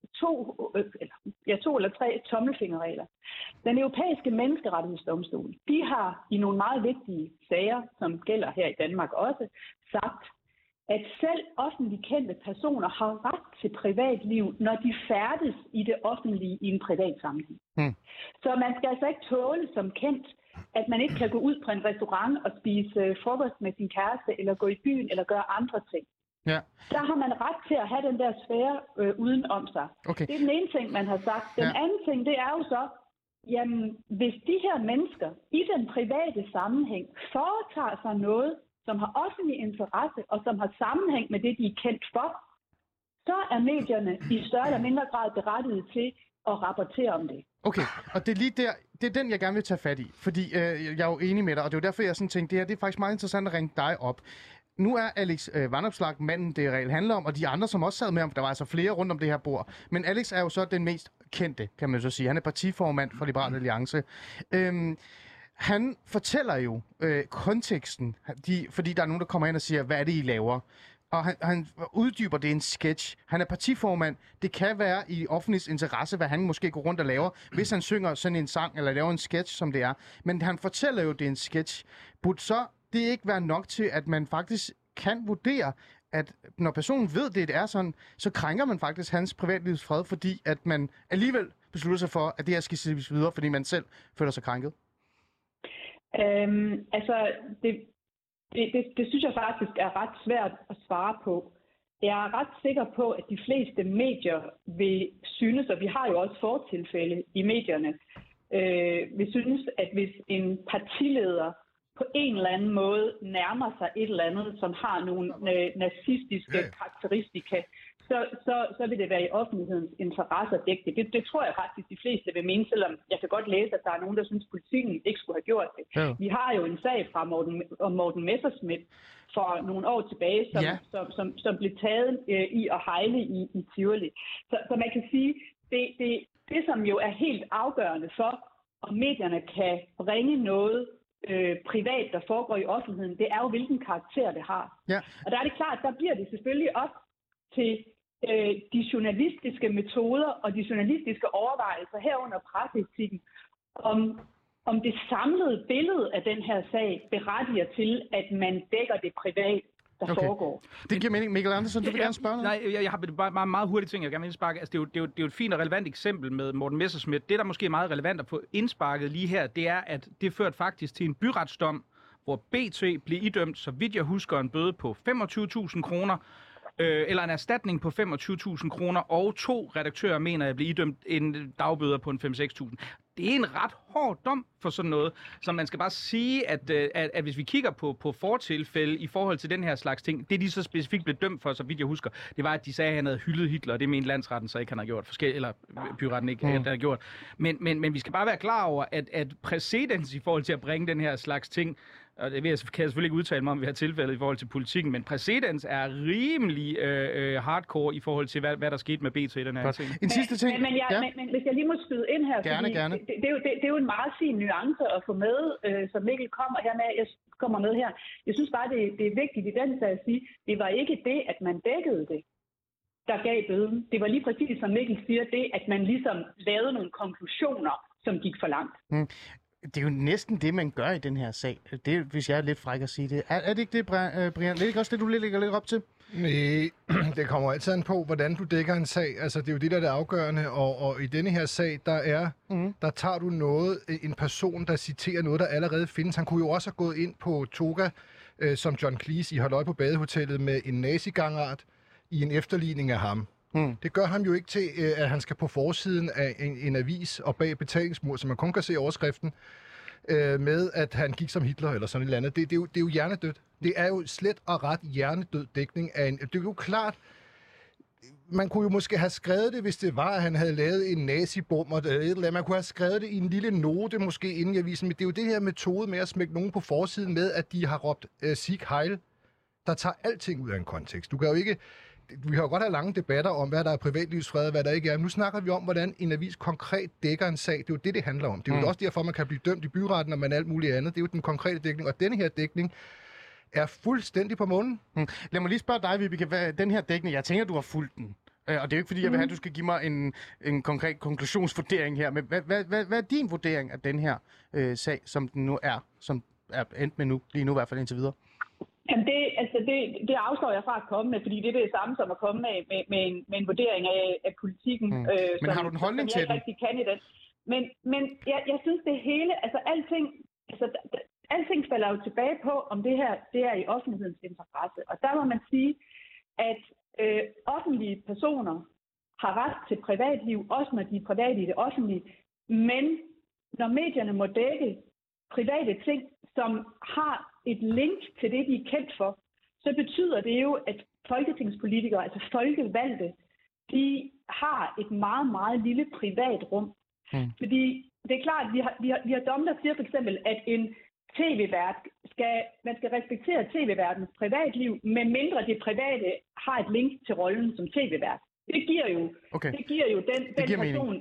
to eller 3 tommelfingerregler. Den europæiske menneskerettighedsdomstol, de har i nogle meget vigtige sager, som gælder her i Danmark også, sagt, at selv offentligt kendte personer har ret til privatliv, når de færdes i det offentlige i en privat sammenhæng. Så man skal altså ikke tåle som kendt, at man ikke kan gå ud på en restaurant og spise frokost med sin kæreste, eller gå i byen, eller gøre andre ting. Ja. Der har man ret til at have den der sfære uden om sig. Okay. Det er den ene ting, man har sagt. Den anden ting, det er jo så, jamen, hvis de her mennesker i den private sammenhæng foretager sig noget, som har offentlig interesse, og som har sammenhæng med det, de er kendt for, så er medierne i større eller mindre grad berettiget til at rapportere om det. Okay, og det er lige der, det er den, jeg gerne vil tage fat i, fordi jeg er jo enig med dig, og det er jo derfor, jeg sådan tænkte, det er faktisk meget interessant at ringe dig op. Nu er Alex Vanopslagh manden, det reelt handler om, og de andre, som også sad med ham, for der var altså flere rundt om det her bord. Men Alex er jo så den mest kendte, kan man så sige. Han er partiformand for Liberal Alliance. Han fortæller jo konteksten, fordi der er nogen, der kommer ind og siger, hvad er det, I laver? Og han uddyber, det er en sketch. Han er partiformand. Det kan være i offentligheds interesse, hvad han måske går rundt og laver, hvis han synger sådan en sang, eller laver en sketch, som det er. Men han fortæller jo, det er en sketch. Burde så det ikke være nok til, at man faktisk kan vurdere, at når personen ved, det er sådan, så krænker man faktisk hans privatlivs fred, fordi at man alligevel beslutter sig for, at det her skal sættes videre, fordi man selv føler sig krænket? Altså, det synes jeg faktisk er ret svært at svare på. Jeg er ret sikker på, at de fleste medier vil synes, og vi har jo også fortilfælde i medierne, vil synes, at hvis en partileder på en eller anden måde nærmer sig et eller andet, som har nogle nazistiske karakteristika, så vil det være i offentlighedens interesse at dække det. Det tror jeg faktisk, de fleste vil mene, selvom jeg kan godt læse, at der er nogen, der synes, at politikken ikke skulle have gjort det. Ja. Vi har jo en sag fra Morten Messerschmidt for nogle år tilbage, som blev taget i at hejle i Tivoli. Så man kan sige, det som jo er helt afgørende for, om medierne kan bringe noget privat, der foregår i offentligheden, det er jo, hvilken karakter det har. Ja. Og der er det klart, der bliver det selvfølgelig op til de journalistiske metoder og de journalistiske overvejelser herunder presseetikken, om det samlede billede af den her sag berettiger til, at man dækker det private, der foregår. Det giver mening. Mikkel Andersen, du vil gerne spørge noget? Nej, jeg har bare meget hurtige ting, jeg gerne vil indsparke. Altså, det er jo et fint og relevant eksempel med Morten Messerschmidt. Det, der måske er meget relevant at få indsparket lige her, det er, at det førte faktisk til en byretsdom, hvor BT blev idømt, så vidt jeg husker, en bøde på 25.000 kroner, eller en erstatning på 25.000 kroner, og 2 redaktører mener, at blev idømt en dagbøder på en 5-6.000. Det er en ret hård dom for sådan noget, så man skal bare sige, at hvis vi kigger på fortilfælde i forhold til den her slags ting, det de så specifikt blev dømt for, så vidt jeg husker, det var, at de sagde, at han havde hyldet Hitler, og det mente landsretten så ikke, han har gjort, eller byretten ikke, han har gjort. Men vi skal bare være klar over, at præcedens i forhold til at bringe den her slags ting, og det kan jeg selvfølgelig ikke udtale mig om, vi har tilfældet i forhold til politikken, men præcedens er rimelig hardcore i forhold til, hvad der skete med BT i den her ting. En sidste ting. Men hvis jeg lige må skyde ind her, Gerne. Det er jo en meget fin nuance at få med, som Mikkel kommer med her. Jeg synes bare, det er vigtigt i den sag at sige, det var ikke det, at man dækkede det, der gav bøden. Det var lige præcis, som Mikkel siger, det, at man ligesom lavede nogle konklusioner, som gik for langt. Det er jo næsten det, man gør i den her sag. Det er, hvis jeg er lidt fræk at sige det. Er det ikke det, Brian? Det er ikke også det, du lægger lidt op til? Nej, det kommer altid an på, hvordan du dækker en sag. Altså, det er jo det, der er det afgørende. Og i denne her sag, der tager du en person, der citerer noget, der allerede findes. Han kunne jo også have gået ind på Toga, som John Cleese i Halløj på Badehotellet, med en nazigangart i en efterligning af ham. Det gør ham jo ikke til, at han skal på forsiden af en avis og bag betalingsmur, så man kun kan se overskriften med, at han gik som Hitler eller sådan et eller andet. Det er jo hjernedødt. Det er jo slet og ret hjernedød dækning af en... Det er jo klart, man kunne jo måske have skrevet det, hvis det var, at han havde lavet en nazibom eller et eller andet. Man kunne have skrevet det i en lille note måske inden i avisen, men det er jo det her metode med at smække nogen på forsiden med, at de har råbt Sieg Heil, der tager alting ud af en kontekst. Du kan jo ikke... Vi har jo godt have lange debatter om, hvad der er privatlivsfred og hvad der ikke er. Nu snakker vi om, hvordan en avis konkret dækker en sag. Det er jo det handler om. Det er jo også derfor, man kan blive dømt i byretten og man alt muligt andet. Det er jo den konkrete dækning, og denne her dækning er fuldstændig på munden. Lad mig lige spørge dig, Vibeke, hvad den her dækning, jeg tænker, du har fulgt den. Og det er jo ikke, fordi jeg vil have, at du skal give mig en konkret konklusionsvurdering her, men hvad er din vurdering af den her sag, som den nu er, som er endt med nu, lige nu i hvert fald indtil videre? Jamen det afslår jeg fra at komme med, fordi det er det samme som at komme med en vurdering af politikken. Men har du en holdning til den? Jeg ikke rigtig kan i den. Men jeg synes det hele, alting falder jo tilbage på, om det her det er i offentlighedens interesse. Og der må man sige, at offentlige personer har ret til privatliv, også når de er private i det offentlige. Men når medierne må dække private ting, som har et link til det, de er kendt for, så betyder det jo, at folketingspolitikere, altså folkevalgte, de har et meget, meget lille privat rum. Fordi det er klart, at vi har domme, der siger for eksempel, at en tv-vært man skal respektere tv-værtens privatliv, medmindre det private har et link til rollen som tv-vært. Det giver jo den person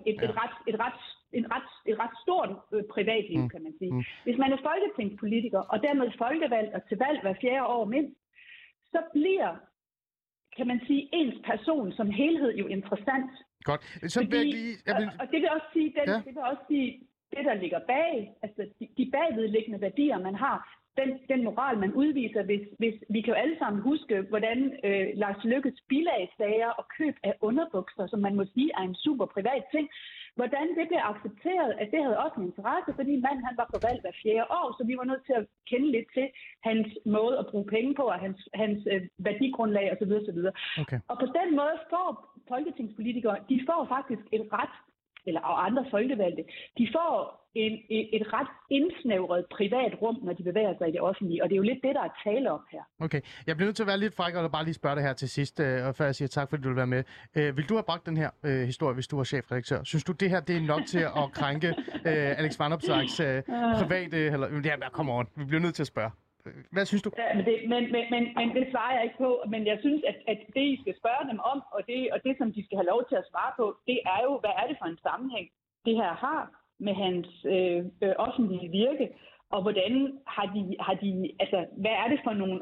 et ret stort privatliv, kan man sige. Hvis man er folketingspolitiker, og dermed folkevalgt og til valg hver 4. år mindst, så bliver, kan man sige, ens person som helhed jo interessant. Godt. Så og det vil også sige, det der ligger bag, altså de bagvedliggende værdier, man har, den moral, man udviser, hvis vi kan jo alle sammen huske, hvordan Lars Løkkes bilagssager og køb af underbukser, som man må sige er en super privat ting, hvordan det blev accepteret, at det havde også en interesse, fordi manden han var på valg hver 4. år, så vi var nødt til at kende lidt til hans måde at bruge penge på, og hans værdigrundlag osv. osv. Okay. Og på den måde får folketingspolitikere, de får faktisk et ret, og andre folkevalgte, de får et ret indsnævret privat rum, når de bevæger sig i det offentlige, og det er jo lidt det, der er tale om her. Okay, jeg bliver nødt til at være lidt fræk, og bare lige spørge dig her til sidst, og før jeg siger tak, fordi du vil være med. Vil du have bragt den her historie, hvis du var chefredaktør? Synes du, det her det er nok til at krænke Alex Vanopslaghs private... Ja, come on, vi bliver nødt til at spørge. Hvad synes du? Ja, men det svarer jeg ikke på. Men jeg synes, at det, I skal spørge dem om, og det, som de skal have lov til at svare på, det er jo, hvad er det for en sammenhæng, det her har med hans offentlige virke, og hvordan har de, altså, hvad er det for nogle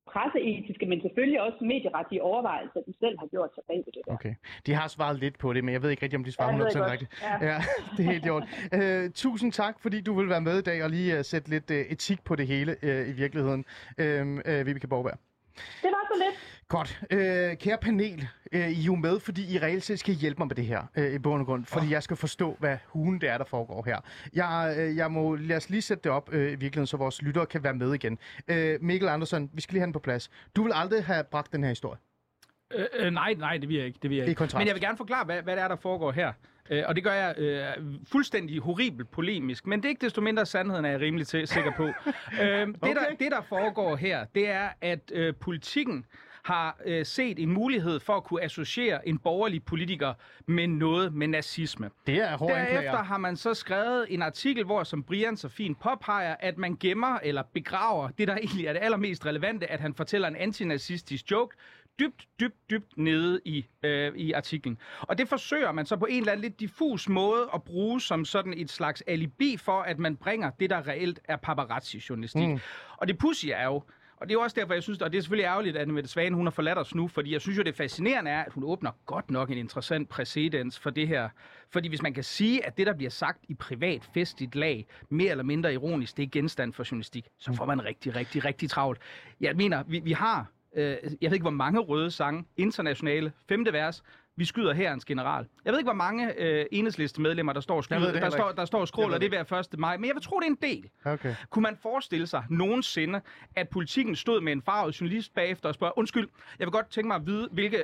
presseetiske, men selvfølgelig også medieretlige overvejelser, de selv har gjort sig bag det der. Okay. De har svaret lidt på det, men jeg ved ikke rigtig, om de svarer 100% rigtigt. Ja, det er helt i orden. Tusind tak, fordi du vil være med i dag og lige sætte lidt etik på det hele i virkeligheden. Vibeke Borgberg. Det var så lidt. Godt. Kære panel, I er jo med, fordi I reelt set skal hjælpe mig med det her i bund og grund, fordi jeg skal forstå, hvad hulen det er, der foregår her. Lad os lige sætte det op i virkeligheden, så vores lyttere kan være med igen. Mikkel Andersen, vi skal lige have den på plads. Du vil aldrig have bragt den her historie? Nej, det vil jeg ikke. Men jeg vil gerne forklare, hvad det er, der foregår her. Og det gør jeg fuldstændig horribelt polemisk, men det er ikke desto mindre sandheden, er jeg rimelig sikker på. Det, der foregår her, det er, at politikken har set en mulighed for at kunne associere en borgerlig politiker med noget med nazisme. Det er hårdt anklager. Derefter har man så skrevet en artikel, hvor som Brian så fint påpeger, at man gemmer eller begraver det, der egentlig er det allermest relevante, at han fortæller en antinazistisk joke, dybt nede i artiklen. Og det forsøger man så på en eller anden lidt diffus måde at bruge som sådan et slags alibi for, at man bringer det, der reelt er paparazzi-journalistik. Og det pudsige er jo, og det er jo også derfor, jeg synes, og det er selvfølgelig ærgerligt, at Mette Svane, hun har forladt os nu, fordi jeg synes jo, det fascinerende er, at hun åbner godt nok en interessant præcedens for det her. Fordi hvis man kan sige, at det, der bliver sagt i privat festligt lag, mere eller mindre ironisk, det er genstand for journalistik, så får man rigtig travlt. Jeg mener, vi har, jeg ved ikke, hvor mange røde sange, internationale, 5. vers, vi skyder herrens general. Jeg ved ikke, hvor mange enhedslistemedlemmer, der står og skråler det hver 1. maj, men jeg vil tro, det er en del. Okay. Kunne man forestille sig nogensinde, at politikken stod med en farvet journalist bagefter og spørger, undskyld, jeg vil godt tænke mig at vide, hvilke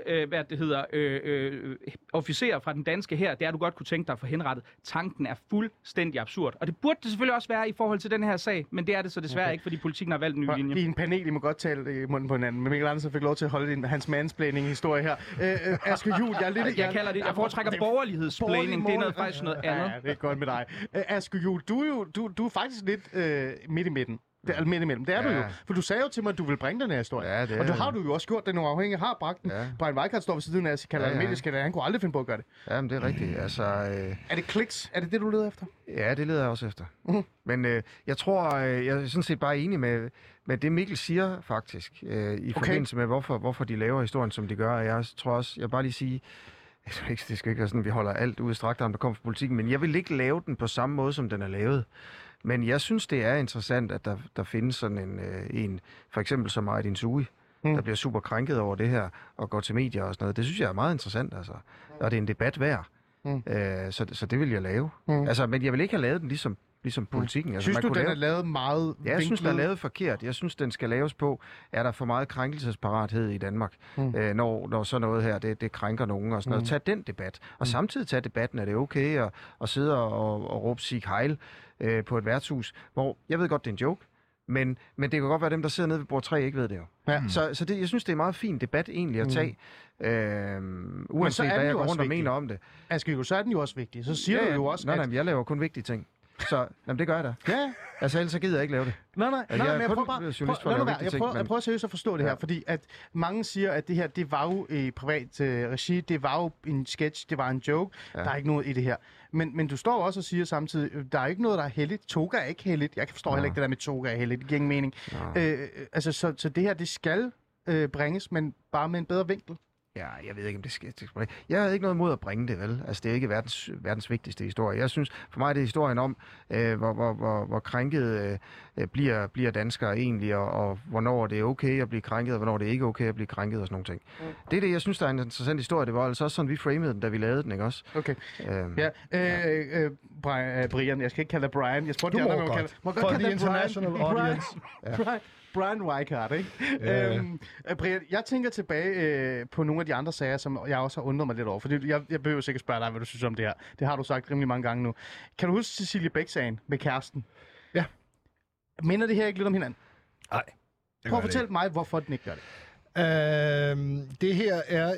officerer fra den danske her, det er, du godt kunne tænke dig at få henrettet. Tanken er fuldstændig absurd. Og det burde det selvfølgelig også være i forhold til den her sag, men det er det så desværre ikke, fordi politikken har valgt en ny linje. I en panel, I må godt tale i munden på hinanden, men Mikkel Andersen fik lov til at holde hans mansplaining-historie her. Asger Juhl, jeg foretrækker borgerlighedsplaining. Det er faktisk noget andet. Ja, det er godt med dig. Asger Juhl, du er faktisk lidt midt i midten. Det er midt imellem. Det er du jo. For du sagde jo til mig, at du vil bringe den her historie. Ja, det og du har du jo også gjort det, nogle afhængige har bragt den. Ja. Brian Weikart står ved siden af, kalder det medieskandal. Han kunne aldrig finde på at gøre det. Jamen, det er rigtigt. Altså, er det kliks? Er det, du leder efter? Ja, det leder jeg også efter. Men jeg tror, jeg er sådan set bare enig med det, Mikkel siger, faktisk. I forbindelse med, hvorfor de laver historien, som de gør. Jeg tror også, jeg bare lige sige, det skal ikke være sådan, at vi holder alt ud i strakt arm, der kommer fra politikken, men jeg vil ikke lave den på samme måde, som den er lavet. Men jeg synes, det er interessant, at der findes sådan en for eksempel som Aydin Soei, der bliver super krænket over det her, og går til medier og sådan noget. Det synes jeg er meget interessant, altså. Og det er en debat værd. Så det vil jeg lave. Altså, men jeg vil ikke have lavet den ligesom politikken. Altså, synes du, den er lavet meget vinklet? Jeg synes, den er lavet forkert. Jeg synes, den skal laves på, er der for meget krænkelsesparathed i Danmark, når sådan noget her, det krænker nogen og sådan noget. Tag den debat. Og samtidig tage debatten, er det okay at sidde og råbe Sieg Heil på et værtshus, hvor jeg ved godt, det er en joke, men det kan godt være dem, der sidder nede ved bord 3, ikke ved det jo. Ja. Så det, jeg synes, det er en meget fin debat egentlig at tage, uanset hvad jeg går rundt og mener om det. Asger, så er den jo også vigtig. Så siger du jo også, nej, jeg laver kun vigtige ting. Så det gør jeg da. Ja. Altså, ellers så gider jeg ikke lave det. Nej, men jeg prøver seriøst at forstå det her, fordi at mange siger, at det her, det var jo i privat regi, det var jo en sketch, det var en joke, der er ikke noget i det her. Men du står også og siger samtidig, der er ikke noget, der er heldigt. Toga er ikke heldigt. Jeg forstår heller ikke det der med toga er heldigt. Det giver ingen mening. Så det her, det skal bringes, men bare med en bedre vinkel. Ja, jeg ved ikke, om det skal. Jeg havde ikke noget imod at bringe det, vel? Altså, det er ikke verdens vigtigste historie. Jeg synes, for mig er det historien om, hvor krænket bliver danskere egentlig, og hvornår det er okay at blive krænket, og hvornår det ikke er okay at blive krænket, og sådan nogle ting. Det er det, jeg synes, der er en interessant historie. Det var altså også sådan, vi framede den, da vi lavede den, ikke også? Okay. Brian, jeg skal ikke kalde dig Brian. Jeg spurgte, må godt kalde dig international audience. Brian Weikart, ikke? Brian, jeg tænker tilbage på nogle af de andre sager, som jeg også har undret mig lidt over. For jeg behøver sikkert spørge dig, hvad du synes om det her. Det har du sagt rimelig mange gange nu. Kan du huske Cecilie Bæk-sagen med kæresten? Ja. Minder det her ikke lidt om hinanden? Nej. Prøv at fortælle mig, hvorfor den ikke gør det. Det her er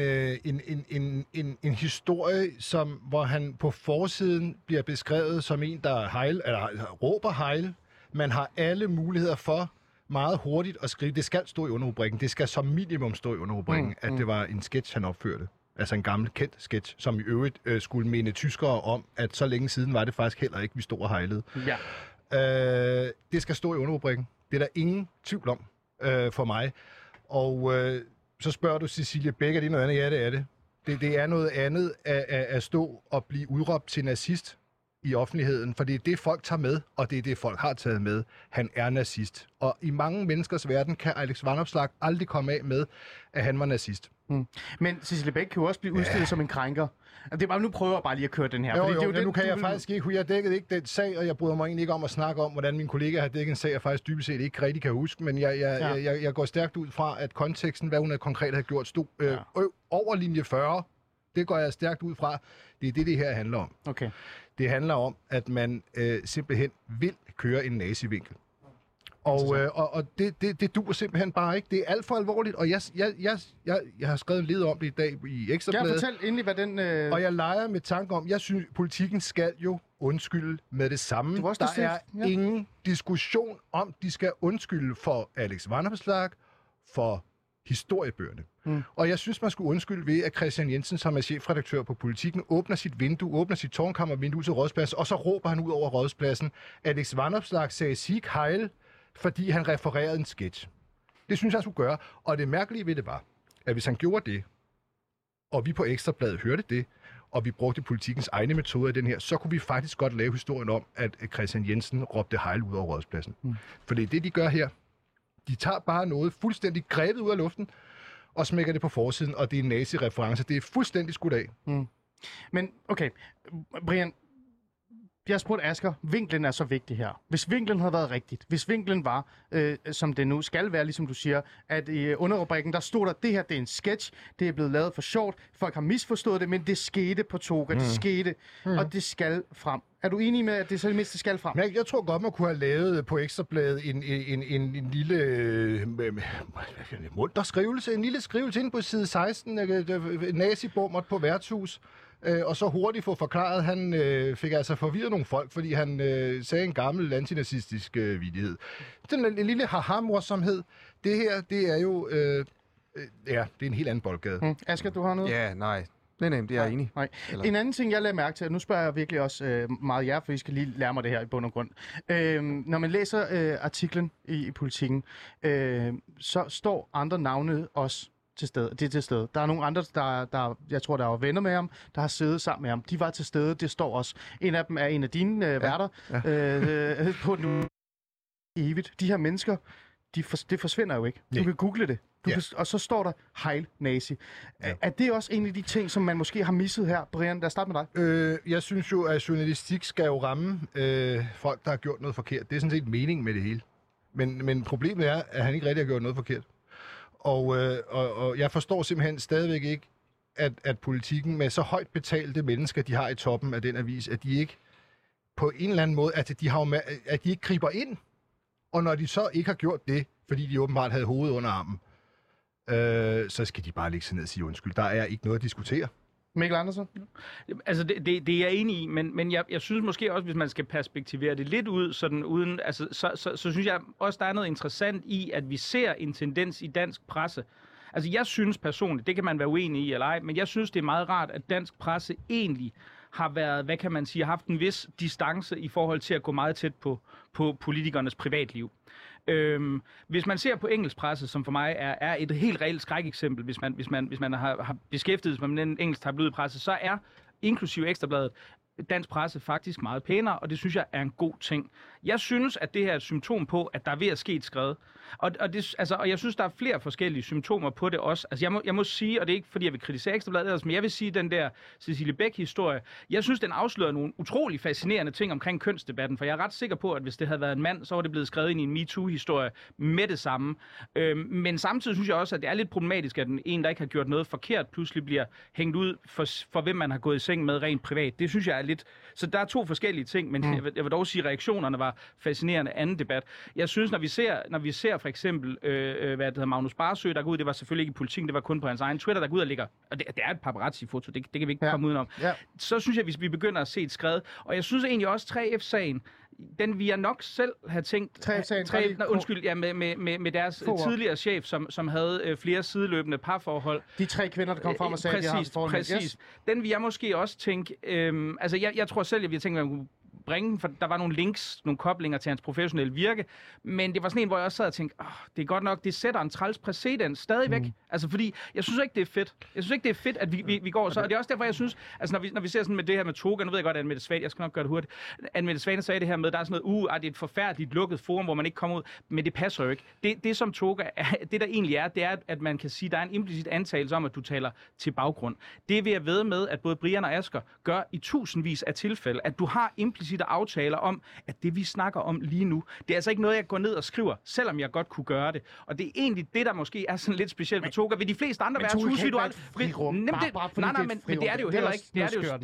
en historie, hvor han på forsiden bliver beskrevet som en, der råber hejl. Man har alle muligheder for meget hurtigt at skrive. Det skal stå i underrubrikken. Det skal som minimum stå i underrubrikken, at det var en sketch, han opførte. Altså en gammel, kendt sketch, som i øvrigt skulle minde tyskere om, at så længe siden var det faktisk heller ikke, vi stod og hejlede. Ja. Det skal stå i underrubrikken. Det er der ingen tvivl om. for mig. Og så spørger du Cecilie Bæk, er det noget andet? Ja, det er det. Det er noget andet at stå og blive udråbt til nazist i offentligheden, for det er det, folk tager med, og det er det, folk har taget med. Han er nazist. Og i mange menneskers verden kan Alex Vanopslagh aldrig komme af med, at han var nazist. Men Cecilie Bæk kan jo også blive udstillet som en krænker. Det er bare, nu prøver jeg bare lige at køre den her. Jo, fordi det er jo den, nu kan jeg faktisk ikke. Jeg dækkede ikke den sag, og jeg bryder mig egentlig ikke om at snakke om, hvordan mine kollegaer har dækket en sag, jeg faktisk dybest set ikke rigtig kan huske. Men jeg går stærkt ud fra, at konteksten, hvad hun konkret havde gjort, stod over linje 40. Det går jeg stærkt ud fra. Det er det her handler om. Okay. Det handler om, at man simpelthen vil køre en nazivinkel. Og det duer simpelthen bare ikke. Det er alt for alvorligt, og jeg har skrevet en led om det i dag i Ekstrabladet. Ja, fortæl endelig, hvad den... Og jeg leger med tanke om, jeg synes, politikken skal jo undskylde med det samme. Der er ingen diskussion om, de skal undskylde for Alex Vanopslagh, for historiebøgerne. Og jeg synes, man skulle undskylde ved, at Christian Jensen, som er chefredaktør på Politikken, åbner sit vindue, åbner sit tårnkammervindue til Rådspladsen, og så råber han ud over Rådspladsen, Alex Vanopslagh sagde Sieg Heil, fordi han refererede en sketch. Det synes jeg skulle gøre. Og det mærkelige ved det var, at hvis han gjorde det, og vi på Ekstrabladet hørte det, og vi brugte Politikens egne metoder i den her, så kunne vi faktisk godt lave historien om, at Christian Jensen råbte Heil ud over Rådspladsen. For det er det, de gør her. De tager bare noget fuldstændig grebet ud af luften, og smækker det på forsiden, og det er en nazi-reference. Det er fuldstændig skudt af. Men okay, Brian, jeg spurgte Asger, vinklen er så vigtig her. Hvis vinklen havde været rigtigt, hvis vinklen var, som det nu skal være, ligesom du siger, at i underrubrikken, der stod der, det her, det er en sketch, det er blevet lavet for sjovt, folk har misforstået det, men det skete på Toga, det skete, og det skal frem. Er du enig med, at det så det mindste skal frem? Jeg tror godt, man kunne have lavet på Ekstrabladet en lille munter skrivelse, en lille skrivelse ind på side 16, nazibommert på værtshus. Og så hurtigt få forklaret, han fik altså forvirret nogle folk, fordi han sagde en gammel antinazistisk vidighed. En lille haha-morsomhed. Det her, det er jo... det er en helt anden boldgade. Asger, du har noget? Ja, nej. Nej, det er jeg enig. Nej. En anden ting, jeg lagde mærke til, og nu spørger jeg virkelig også meget jer, for I skal lige lære mig det her i bund og grund. Når man læser artiklen i Politikken, så står andre navne også til stede. Det er til stede. Der er nogle andre, der jeg tror, der var venner med ham, der har siddet sammen med ham. De var til stede, det står også. En af dem er en af dine værter på den evigt. De her mennesker, det forsvinder jo ikke. Du kan google det. Og så står der Heil Nazi. Er det også en af de ting, som man måske har misset her, Brian? Lad os starte med dig. Jeg synes jo, at journalistik skal jo ramme folk, der har gjort noget forkert. Det er sådan set meningen med det hele. Men problemet er, at han ikke rigtig har gjort noget forkert. Og jeg forstår simpelthen stadigvæk ikke, at Politikken med så højt betalte mennesker, de har i toppen af den avis, at de ikke på en eller anden måde, at de ikke griber ind. Og når de så ikke har gjort det, fordi de åbenbart havde hovedet under armen, så skal de bare lægge sig ned og sige undskyld. Der er ikke noget at diskutere. Mikkel Andersen? Altså, det er jeg enig i, men jeg synes måske også, hvis man skal perspektivere det lidt ud, sådan uden, altså, så synes jeg også, der er noget interessant i, at vi ser en tendens i dansk presse. Altså, jeg synes personligt, det kan man være uenig i eller ej, men jeg synes, det er meget rart, at dansk presse egentlig har været, hvad kan man sige, haft en vis distance i forhold til at gå meget tæt på politikernes privatliv. Hvis man ser på engelsk presse, som for mig er et helt reelt skrækeksempel, hvis man har beskæftiget sig med en engelsk tabloidpresse, så er inklusive Ekstrabladet dansk presse faktisk meget pænere, og det synes jeg er en god ting. Jeg synes, at det her er et symptom på, at der er ved at ske et skred. Og jeg synes, der er flere forskellige symptomer på det også. Altså, jeg må sige, og det er ikke, fordi jeg vil kritisere Ekstrabladet, men jeg vil sige, den der Cecilie Bæk-historie, jeg synes, den afslører nogle utrolig fascinerende ting omkring kønsdebatten, for jeg er ret sikker på, at hvis det havde været en mand, så var det blevet skrevet ind i en MeToo-historie med det samme. Men samtidig synes jeg også, at det er lidt problematisk, at en, der ikke har gjort noget forkert, pludselig bliver hængt ud for hvem man har gået i seng med rent privat. Det synes jeg er lidt... Så der er to forskellige ting, men jeg vil dog sige, at reaktionerne var fascinerende. Anden debat. Jeg synes, når vi ser for eksempel, hvad det hedder, Magnus Barsøe, der går ud, det var selvfølgelig ikke i Politikken, det var kun på hans egen Twitter, der går ud og ligger, og det er et paparazzi-foto, det kan vi ikke komme udenom. Ja. Så synes jeg, hvis vi begynder at se et skred, og jeg synes egentlig også 3F-sagen, den vi nok selv have tænkt... 3F-sagen? Med deres tidligere chef, som havde flere sideløbende parforhold. De 3 kvinder, der kom frem og sagde, at de har forhold. Præcis. Den vil jeg måske også tænke... altså, jeg tror selv, at vi har tænkt, at man kunne bringe, for der var nogle links, nogle koblinger til hans professionelle virke, men det var sådan en, hvor jeg også sad og tænkte, det er godt nok, det sætter en træls præcedens stadigvæk. Altså fordi, jeg synes ikke, det er fedt. Jeg synes ikke, det er fedt, at vi går så, og det er også derfor, jeg synes, altså når vi ser sådan med det her med Toga, nu ved jeg godt, at Anne-Mette Svane, jeg skal nok gøre det hurtigt, Anne-Mette Svane sagde det her med, der er sådan noget, det er et forfærdeligt lukket forum, hvor man ikke kommer ud, men det passer jo ikke. Det som Toga, det der egentlig er, det er, at man kan sige, der er en implicit antagelse om, at du taler til baggrund. Det vil jeg ved med, at både Brian og Asger gør i tusindvis af tilfælde, at du har implicite aftaler om, at det vi snakker om lige nu, det er altså ikke noget, jeg går ned og skriver, selvom jeg godt kunne gøre det. Og det er egentlig det, der måske er sådan lidt specielt med Toga. Ved de fleste andre værtshus, vil du aldrig... Men det er det jo heller ikke.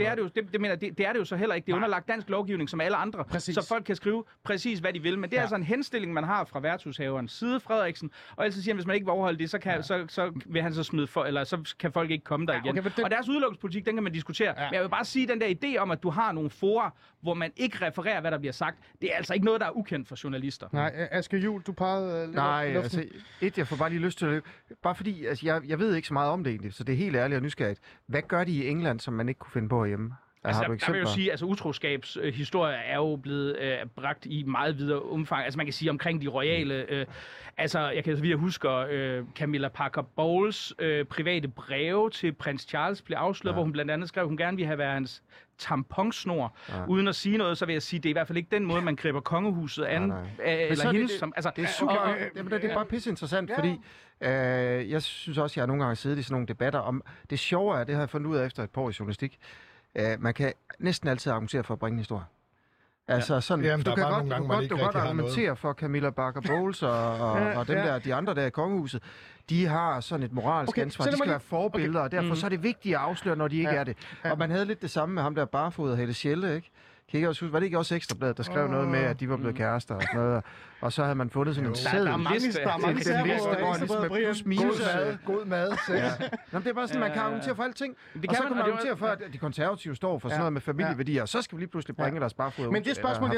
Det er det jo så heller ikke. Det er underlagt dansk lovgivning som alle andre, så folk kan skrive præcis, hvad de vil. Men det er altså en henstilling, man har fra værtshushaverens side, Frederiksen, og ellers siger han, hvis man ikke vil overholde det, så vil han så smide for, eller så kan folk ikke komme der igen. Okay, og deres udelukkelsespolitik, den kan man diskutere. Men jeg vil bare sige, den der idé om, at du har nogle fora, hvor man ikke refererer, hvad der bliver sagt, det er altså ikke noget, der er ukendt for journalister. Nej, Asger Juhl, du pegede Nej, altså, jeg får bare lige lyst til det. Bare fordi, altså, jeg ved ikke så meget om det egentlig, så det er helt ærligt og nysgerrigt. Hvad gør de i England, som man ikke kunne finde på hjemme? Altså, der vil jo sige, altså utroskabshistorier er jo blevet bragt i meget videre omfang. Altså man kan sige omkring de royale, altså jeg kan så vidt huske, Camilla Parker Bowles private breve til prins Charles blev afsløret, hvor hun blandt andet skrev, at hun gerne ville have været hans tamponsnor. Uden at sige noget, så vil jeg sige, det er i hvert fald ikke den måde, man griber kongehuset an. Eller hendes, som, altså, det er super, det er bare pisse interessant, fordi jeg synes også, jeg har nogle gange siddet i sådan nogle debatter om, det sjove er, det har jeg fundet ud af efter et par år i journalistik, man kan næsten altid argumentere for at bringe en historie. Altså sådan, jamen, du kan godt argumentere for Camilla Parker Bowles og dem der, de andre der i kongehuset. De har sådan et moralsk ansvar. De skal være forbilleder, og derfor så er det vigtigt at afsløre, når de ikke er det. Og man havde lidt det samme med ham der Barfod og Helle Schelle, ikke? Kan I også huske, var det ikke også Ekstrabladet, der skrev noget med, at de var blevet kærester og sådan noget, og så havde man fundet sådan en seddel. Der er mange liste, hvor ligesom er plus minus. God mad, sex. Nå, det er bare sådan, man kan argumentere for alting. Og så kan man argumentere for, at de konservative står for sådan noget med familieværdier, og så skal vi lige pludselig bringe deres Barfod. Men det spørgsmål,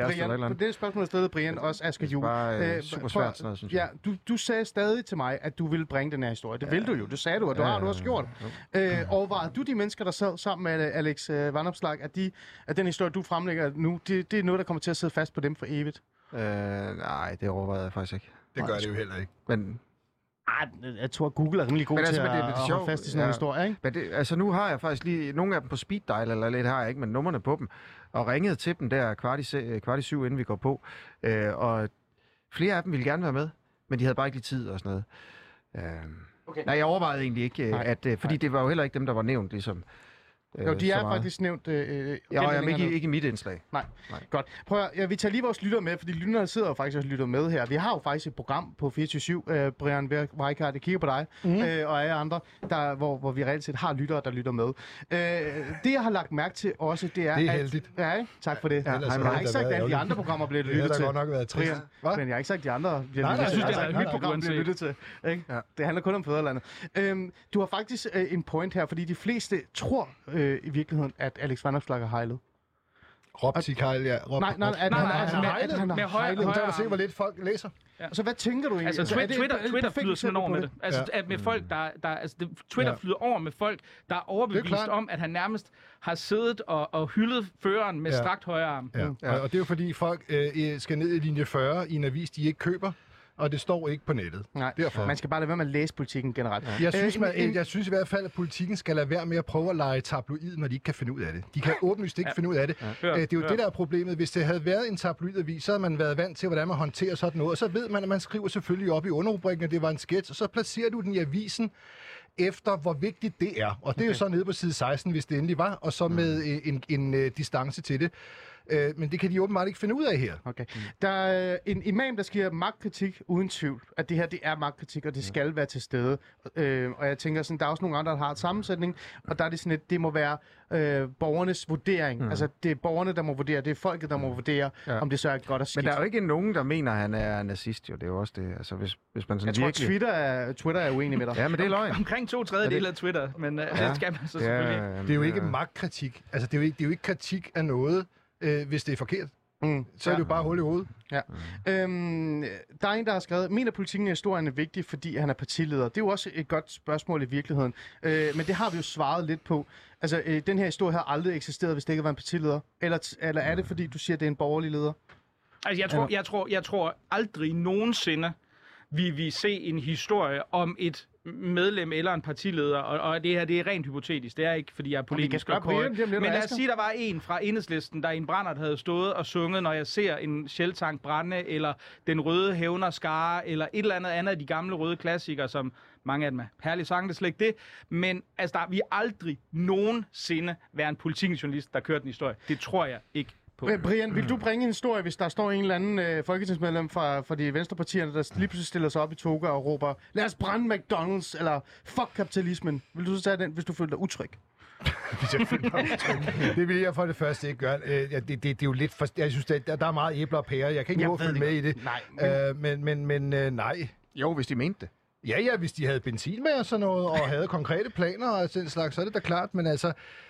jeg stillede Brian, også Asger Juhl. Det er super svært sådan noget, synes jeg. Du sagde stadig til mig, at du ville bringe den her historie. Det vil du jo. Det sagde du, og du har også gjort. Overvejede du de mennesker, der sad sammen med Alex Vanopslagh, at den historie, du fremlægger nu, det er noget, der kommer til at sidde fast på dem for evigt? Nej, det overvejede jeg faktisk ikke. Det gør det jo heller ikke. Men jeg tror, Google er rimelig god til at holde fast i sådan nogle historier, ikke? Men det, altså nu har jeg faktisk lige nogle af dem på speed dial, eller lidt har jeg ikke, men numrene på dem, og ringede til dem der kvart i syv, inden vi går på. Og flere af dem ville gerne være med, men de havde bare ikke lige tid og sådan noget. Nej, jeg overvejede egentlig ikke, fordi det var jo heller ikke dem, der var nævnt, ligesom. Jo, de er faktisk nævnt... ikke i mit indslag. Nej. Godt. Prøv at, vi tager lige vores lytter med, fordi lytterne sidder jo faktisk og lytter med her. Vi har jo faktisk et program på 24/7, Brian Weikart, jeg kigger på dig, og alle andre, hvor vi reelt set har lyttere, der lytter med. Det, jeg har lagt mærke til også, det er... Det er heldigt. Tak for det. Jeg har ikke sagt, at de andre programmer bliver lyttet til. Det har godt nok været trist. Men jeg har ikke sagt, at de andre bliver lyttet til. Jeg har sagt, at mit program bliver lyttet til. Det handler kun om fædrelandet. Du har faktisk en point her, fordi de fleste tror i virkeligheden, at Alex Vanopslagh har hejlet. Råbtik hejl, ja. Nej, han har hejlet. Nu tager du se, hvor lidt folk læser. Ja. Så hvad tænker du egentlig? Altså, Twitter flyder sådan over med det. Altså, at med folk, Twitter flyder over med folk, der er overbevist om, at han nærmest har siddet og hyldet føreren med strakt højre arm. Ja. Og det er jo fordi, folk skal ned i linje 40 i en avis, de ikke køber. Og det står ikke på nettet. Nej, derfor. Man skal bare lade være med at læse Politikken generelt. Ja. Jeg synes i hvert fald, at Politikken skal lade være med at prøve at lege tabloid, når de ikke kan finde ud af det. De kan åbenlyst ikke finde ud af det. Det er jo det, der er problemet. Hvis det havde været en tabloidavis, så havde man været vant til, hvordan man håndterer sådan noget. Og så ved man, at man skriver selvfølgelig op i underrubrikken, at det var en sketch, og så placerer du den i avisen efter, hvor vigtigt det er. Og det er jo så nede på side 16, hvis det endelig var, og så med en distance til det. Men det kan de åbenbart ikke finde ud af her. Okay. Der er en imam, der skriver magtkritik uden tvivl. At det her, det er magtkritik, og det skal være til stede. Og jeg tænker sådan, der er også nogle andre, der har et sammensætning, og der er det sådan, at det må være borgernes vurdering. Altså, det er borgerne, der må vurdere. Det er folket, der må vurdere, om det så er godt og skidt. Men der er jo ikke nogen, der mener, at han er nazist, jo. Det er jo også det. Altså, hvis man sådan jeg tror, Twitter er uenig med dig. Ja, men det er løgn. Omkring 2/3 af Twitter, men det skal man så selvfølgelig. Det er jo ikke magtkritik. Altså, det er jo ikke kritik af noget, hvis det er forkert. Så er det jo bare hul i hovedet. Ja. Der er en, der har skrevet, mener politikken i historien er vigtig, fordi han er partileder? Det er jo også et godt spørgsmål i virkeligheden. Men det har vi jo svaret lidt på. Altså, den her historie har aldrig eksisteret, hvis det ikke var en partileder. Eller er det, fordi du siger, at det er en borgerlig leder? Altså, jeg tror aldrig nogensinde, vi se en historie om et medlem eller en partileder, og det her, det er rent hypotetisk. Det er ikke, fordi jeg er politisk korrekt. Men lad os sige, der var en fra Enhedslisten, der i en brændert havde stået og sunget, når jeg ser en Shell-tank brænde, eller Den Røde Hævner Skare, eller et eller andet af de gamle røde klassikere, som mange af dem er herlige sange, det er slet ikke det. Men altså, vi aldrig nogensinde være en politikjournalist, der kørte en historie. Det tror jeg ikke på. Brian, vil du bringe en historie, hvis der står en eller anden folketingsmedlem fra de venstrepartierne, der lige pludselig stiller sig op i toga og råber, lad os brænde McDonald's, eller fuck kapitalismen. Vil du så tage den, hvis du føler dig utryg? Det vil jeg for det første ikke gøre. Det er jo lidt for... Jeg synes, der er meget æbler og pærer. Jeg kan ikke nå at følge med i det. Nej. Men nej. Jo, hvis de mente det. Ja, hvis de havde benzin med og sådan noget, og havde konkrete planer og sådan slags, så er det da klart. Men altså,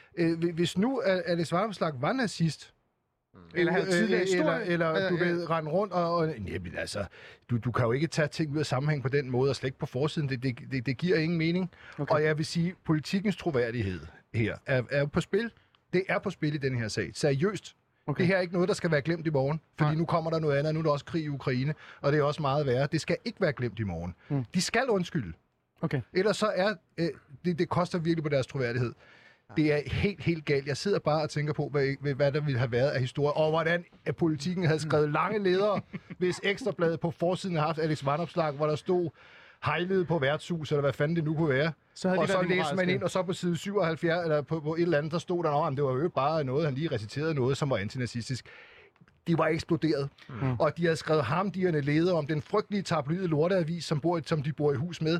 hvis nu Alex Vanopslagh var nazist, eller havde tidligere historie, eller du ved, rende rundt og jamen, altså, du kan jo ikke tage ting ud af sammenhæng på den måde, og slet ikke på forsiden. Det giver ingen mening. Okay. Og jeg vil sige, politikens troværdighed her er på spil. Det er på spil i den her sag. Seriøst. Okay. Det her er ikke noget, der skal være glemt i morgen. Fordi nu kommer der noget andet, nu er der også krig i Ukraine, og det er også meget værre. Det skal ikke være glemt i morgen. De skal undskylde. Okay. Ellers så er det koster virkelig på deres troværdighed. Det er helt galt. Jeg sidder bare og tænker på, hvad der ville have været af historie, og hvordan politikken havde skrevet lange ledere, hvis Ekstrabladet på forsiden havde haft Alex Vanopslagh, hvor der stod hejlede på værtshus, eller hvad fanden det nu kunne være. Og så læste man ind, og så på side 77, eller på et eller andet, der stod der, det var jo bare noget, han lige reciterede noget, som var antinazistisk. De var eksploderet, og de havde skrevet harmdirrende ledere om den frygtelige tabloide lorteavis, som de bor i hus med.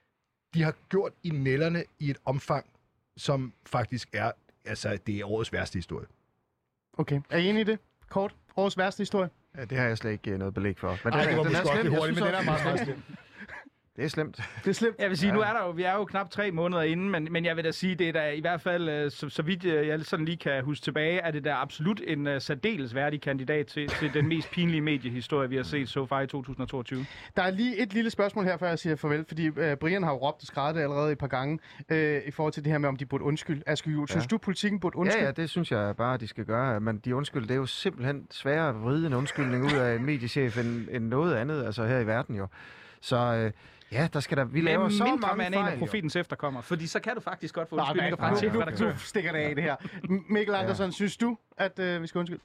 De har gjort i nælderne i et omfang, som faktisk er, altså, det er årets værste historie. Okay. Er I enige i det? Kort. Årets værste historie? Ja, det har jeg slet ikke noget belæg for. Men det var måske også lidt hurtigt, men det er meget slemt. Det er slemt. Det er slemt. Jeg vil sige, nu er vi er jo knap 3 måneder inden, men jeg vil da sige, det er da i hvert fald, så vidt jeg sådan lige kan huske tilbage, er det da absolut en særdeles værdig kandidat til den mest pinlige mediehistorie, vi har set så far i 2022. Der er lige et lille spørgsmål her, før jeg siger farvel, fordi Brian har jo råbt og skrevet det allerede et par gange i forhold til det her med, om de burde undskylde. Asger Juhl, synes du, politikken burde undskylde? Ja, det synes jeg bare, de skal gøre. Men de undskylde, det er jo simpelthen sværere at vride en undskyldning ud af en mediechef end noget andet, altså her i verden jo. Så... ja, der skal der... Vi laver så mange man er en af profetens efterkommer, fordi så kan du faktisk godt få undskyldninger fra en chefredaktør. Du stikker det af det her. Mikkel Andersen, synes du, at vi skal undskylde?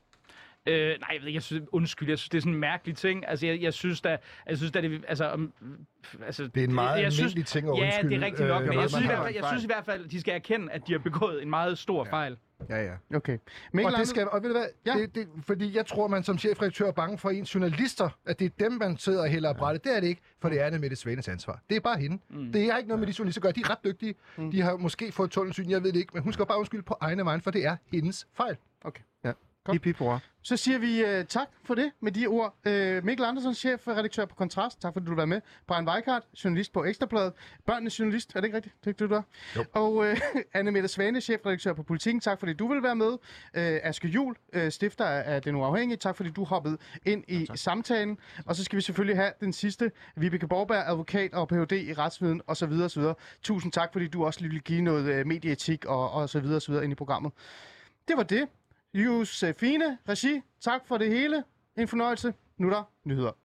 Nej, jeg synes, undskyld, jeg synes, det er sådan en mærkelig ting. Altså, jeg synes da, det, altså, det er en meget almindelig ting at undskylde. Ja, det er rigtigt nok, men jeg synes i hvert fald, de skal erkende, at de har begået en meget stor fejl. Ja. Okay. Og ved du hvad? Ja. Fordi jeg tror, man som chefredaktør er bange for ens journalister, at det er dem, man sidder og hælder af brættet. Det er det ikke, for det er Anne Mette Svanes ansvar. Det er bare hende. Det er ikke noget med de journalister gør. De er ret dygtige. De har måske fået tunnelsyn, jeg ved det ikke, men hun skal bare undskylde på egne vejen, for det er hendes fejl. Okay. Ja. Så siger vi tak for det med de ord. Mikkel Andersen, chefredaktør på Kontrast. Tak fordi du var med. Brian Weikart, journalist på Ekstrabladet. Børnenes journalist, er det ikke rigtigt? Det du er. Jo. Og Anne Mette Svane, chefredaktør på Politikken. Tak fordi du vil være med. Asger Juhl, stifter af Den Uafhængige. Tak fordi du hoppede ind i samtalen. Og så skal vi selvfølgelig have den sidste. Vibeke Borberg, advokat og Ph.D. i retsviden osv. osv. Tusind tak fordi du også lige vil give noget medieetik og så videre ind i programmet. Det var det. Josefine, regi, tak for det hele. En fornøjelse. Nu er der nyheder.